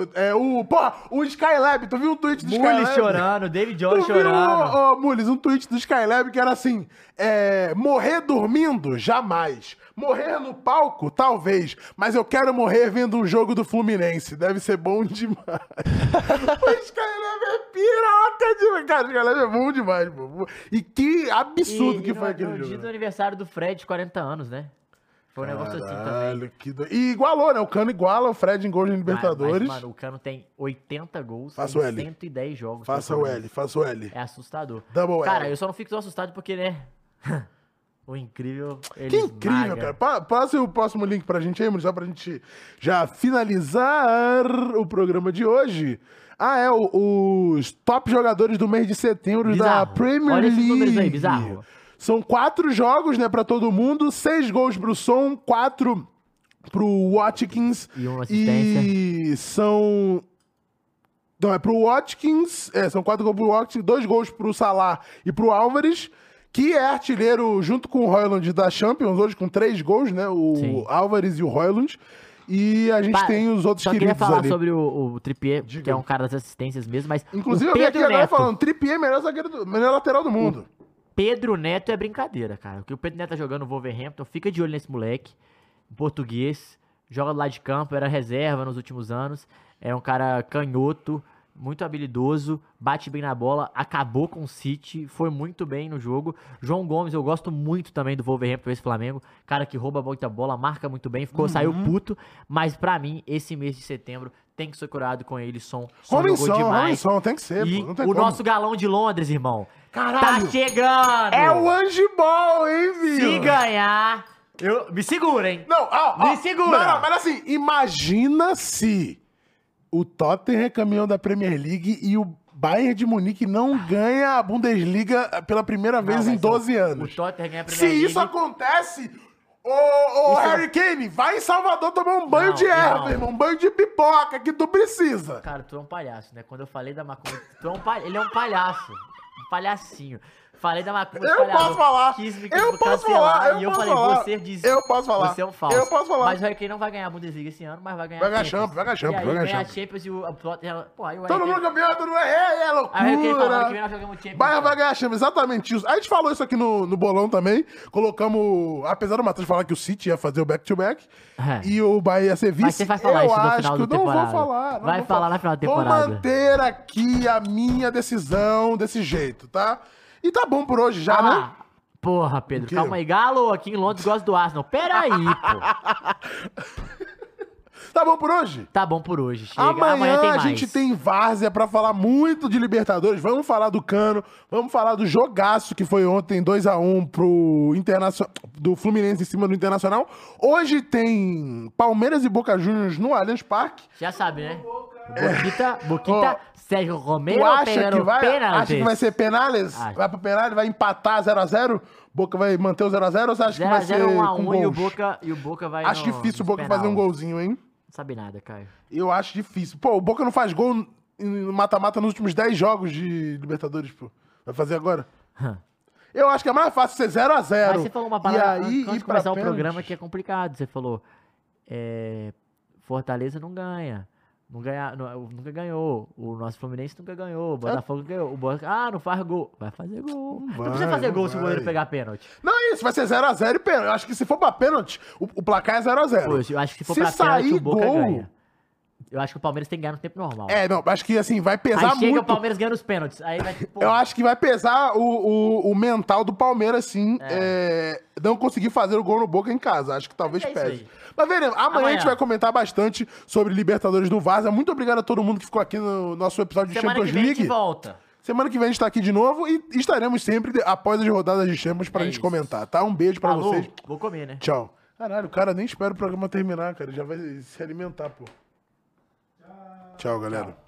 o Skylab, tu viu um tweet do Skylab? Mules chorando, David Jones chorando. Mules, um tweet do Skylab que era assim, morrer dormindo? Jamais. Morrer no palco? Talvez. Mas eu quero morrer vendo um jogo do Fluminense. Deve ser bom demais. O Skylab é piroca demais. Cara, o Skylab é bom demais, pô. E que absurdo que foi aquele jogo. No dia do aniversário do Fred, de 40 anos, né? Foi um negócio assim também. E igualou, né? O Cano iguala o Fred em gols de Libertadores. Mas, mano, o Cano tem 80 gols em 110 jogos. Faça o L. É assustador. Double Cara, L. eu só não fico tão assustado porque, né? O incrível. Que incrível, cara. Passa o próximo link pra gente aí, só pra gente já finalizar o programa de hoje. Os top jogadores do mês de setembro da Premier League. Olha esses números aí, bizarro. São 4 jogos, né, pra todo mundo. 6 gols pro Son, 4 pro Watkins. E uma assistência. E são... Não, é pro Watkins. São 4 gols pro Watkins, 2 gols pro Salah e pro Álvares, que é artilheiro junto com o Højlund da Champions, hoje com 3 gols, né? O Álvares e o Højlund. E a gente tem os outros queridos ali. Só queria falar sobre o Trippier, que é um cara das assistências mesmo, mas... Inclusive, eu vi aqui agora falando, Trippier é melhor lateral do mundo. Pedro Neto é brincadeira, cara. O que o Pedro Neto tá jogando no Wolverhampton, fica de olho nesse moleque. Português, joga do lado de campo, era reserva nos últimos anos. É um cara canhoto, muito habilidoso, bate bem na bola, acabou com o City, foi muito bem no jogo. João Gomes, eu gosto muito também do Wolverhampton, esse Flamengo. Cara que rouba muita bola, marca muito bem, saiu puto. Mas pra mim, esse mês de setembro tem que ser curado com ele, Son jogou demais. Som, tem que ser, e pô, não tem como. Nosso galão de Londres, irmão. Caralho! Tá chegando! É o Angebol, hein, viu? Se ganhar... Me segura, hein? Me segura! Não, mas assim, imagina se o Tottenham é campeão da Premier League e o Bayern de Munique não ganha a Bundesliga pela primeira vez em 12 anos. O Tottenham ganha a Premier League. Se isso acontece... Harry Kane, vai em Salvador tomar um banho de erva, irmão. Um banho de pipoca que tu precisa. Cara, tu é um palhaço, né? Quando eu falei da macumba, ele é um palhaço. Um palhacinho. Falei da macumba. Eu posso falar. Eu posso falar. E eu falei, você disse. Eu posso falar. Você é um falso. Eu posso falar. Mas o Harry Kane não vai ganhar a Bundesliga esse ano, mas vai ganhar a Champions. Vai ganhar a Champions. Vai ganhar a Champions e o Tottenham... Todo mundo campeão, todo mundo é loucura. Aí o Harry Kane falando que nós jogamos Champions. Vai ganhar a Champions, exatamente isso. A gente falou isso aqui no bolão também. Colocamos... Apesar do Matheus falar que o City ia fazer o back-to-back e o Bahia ia ser vice. Mas você vai falar isso no final da temporada. Não vou falar. Vai falar na final da temporada. Vou manter aqui a minha decisão desse jeito, tá? E tá bom por hoje já, né? Porra, Pedro, calma aí. Galo aqui em Londres gosta do Arsenal. Pera aí, pô. Tá bom por hoje? Tá bom por hoje. Chega. Amanhã tem a mais. gente tem várzea pra falar muito de Libertadores. Vamos falar do Cano, vamos falar do jogaço que foi ontem 2-1 do Fluminense em cima do Internacional. Hoje tem Palmeiras e Boca Juniors no Allianz Parque. Já sabe, né? Boquita, Sérgio Romero, tu acha que vai ser penales? Acho. Vai pro penales, vai empatar 0x0? Boca vai manter o 0x0 ou você acha que vai ser 0-1 com gols? e o Boca vai Acho difícil o Boca fazer um golzinho, hein? Não sabe nada, Caio. Eu acho difícil. Pô, o Boca não faz gol no mata-mata nos últimos 10 jogos de Libertadores, pô. Vai fazer agora? Eu acho que é mais fácil ser 0x0. Mas você falou uma palavra antes de começar o pênalti. programa que é complicado. Você falou, Fortaleza não ganha. Nunca ganhou. O nosso Fluminense nunca ganhou. O Botafogo ganhou. O Boca, não faz gol. Vai fazer gol. Não precisa fazer gol se o goleiro pegar pênalti. Não, isso. Vai ser 0x0 e pênalti. Eu acho que se for pra pênalti, o placar é 0x0. Eu acho que se for pra pênalti, o Boca ganha. Eu acho que o Palmeiras tem que ganhar no tempo normal. Não, acho que assim, vai pesar aí chega muito. O Palmeiras ganha nos pênaltis. Aí vai, eu acho que vai pesar o mental do Palmeiras, sim. Não conseguir fazer o gol no Boca em casa. Acho que talvez pese. Mas veremos. Amanhã a gente vai comentar bastante sobre Libertadores do Varsa. Muito obrigado a todo mundo que ficou aqui no nosso episódio de Champions League. Semana que vem a gente volta. Semana que vem a gente tá aqui de novo e estaremos sempre após as rodadas de Champions pra gente comentar, tá? Um beijo pra vocês. Vou comer, né? Tchau. Caralho, o cara nem espera o programa terminar, cara. Ele já vai se alimentar, pô. Tchau, galera.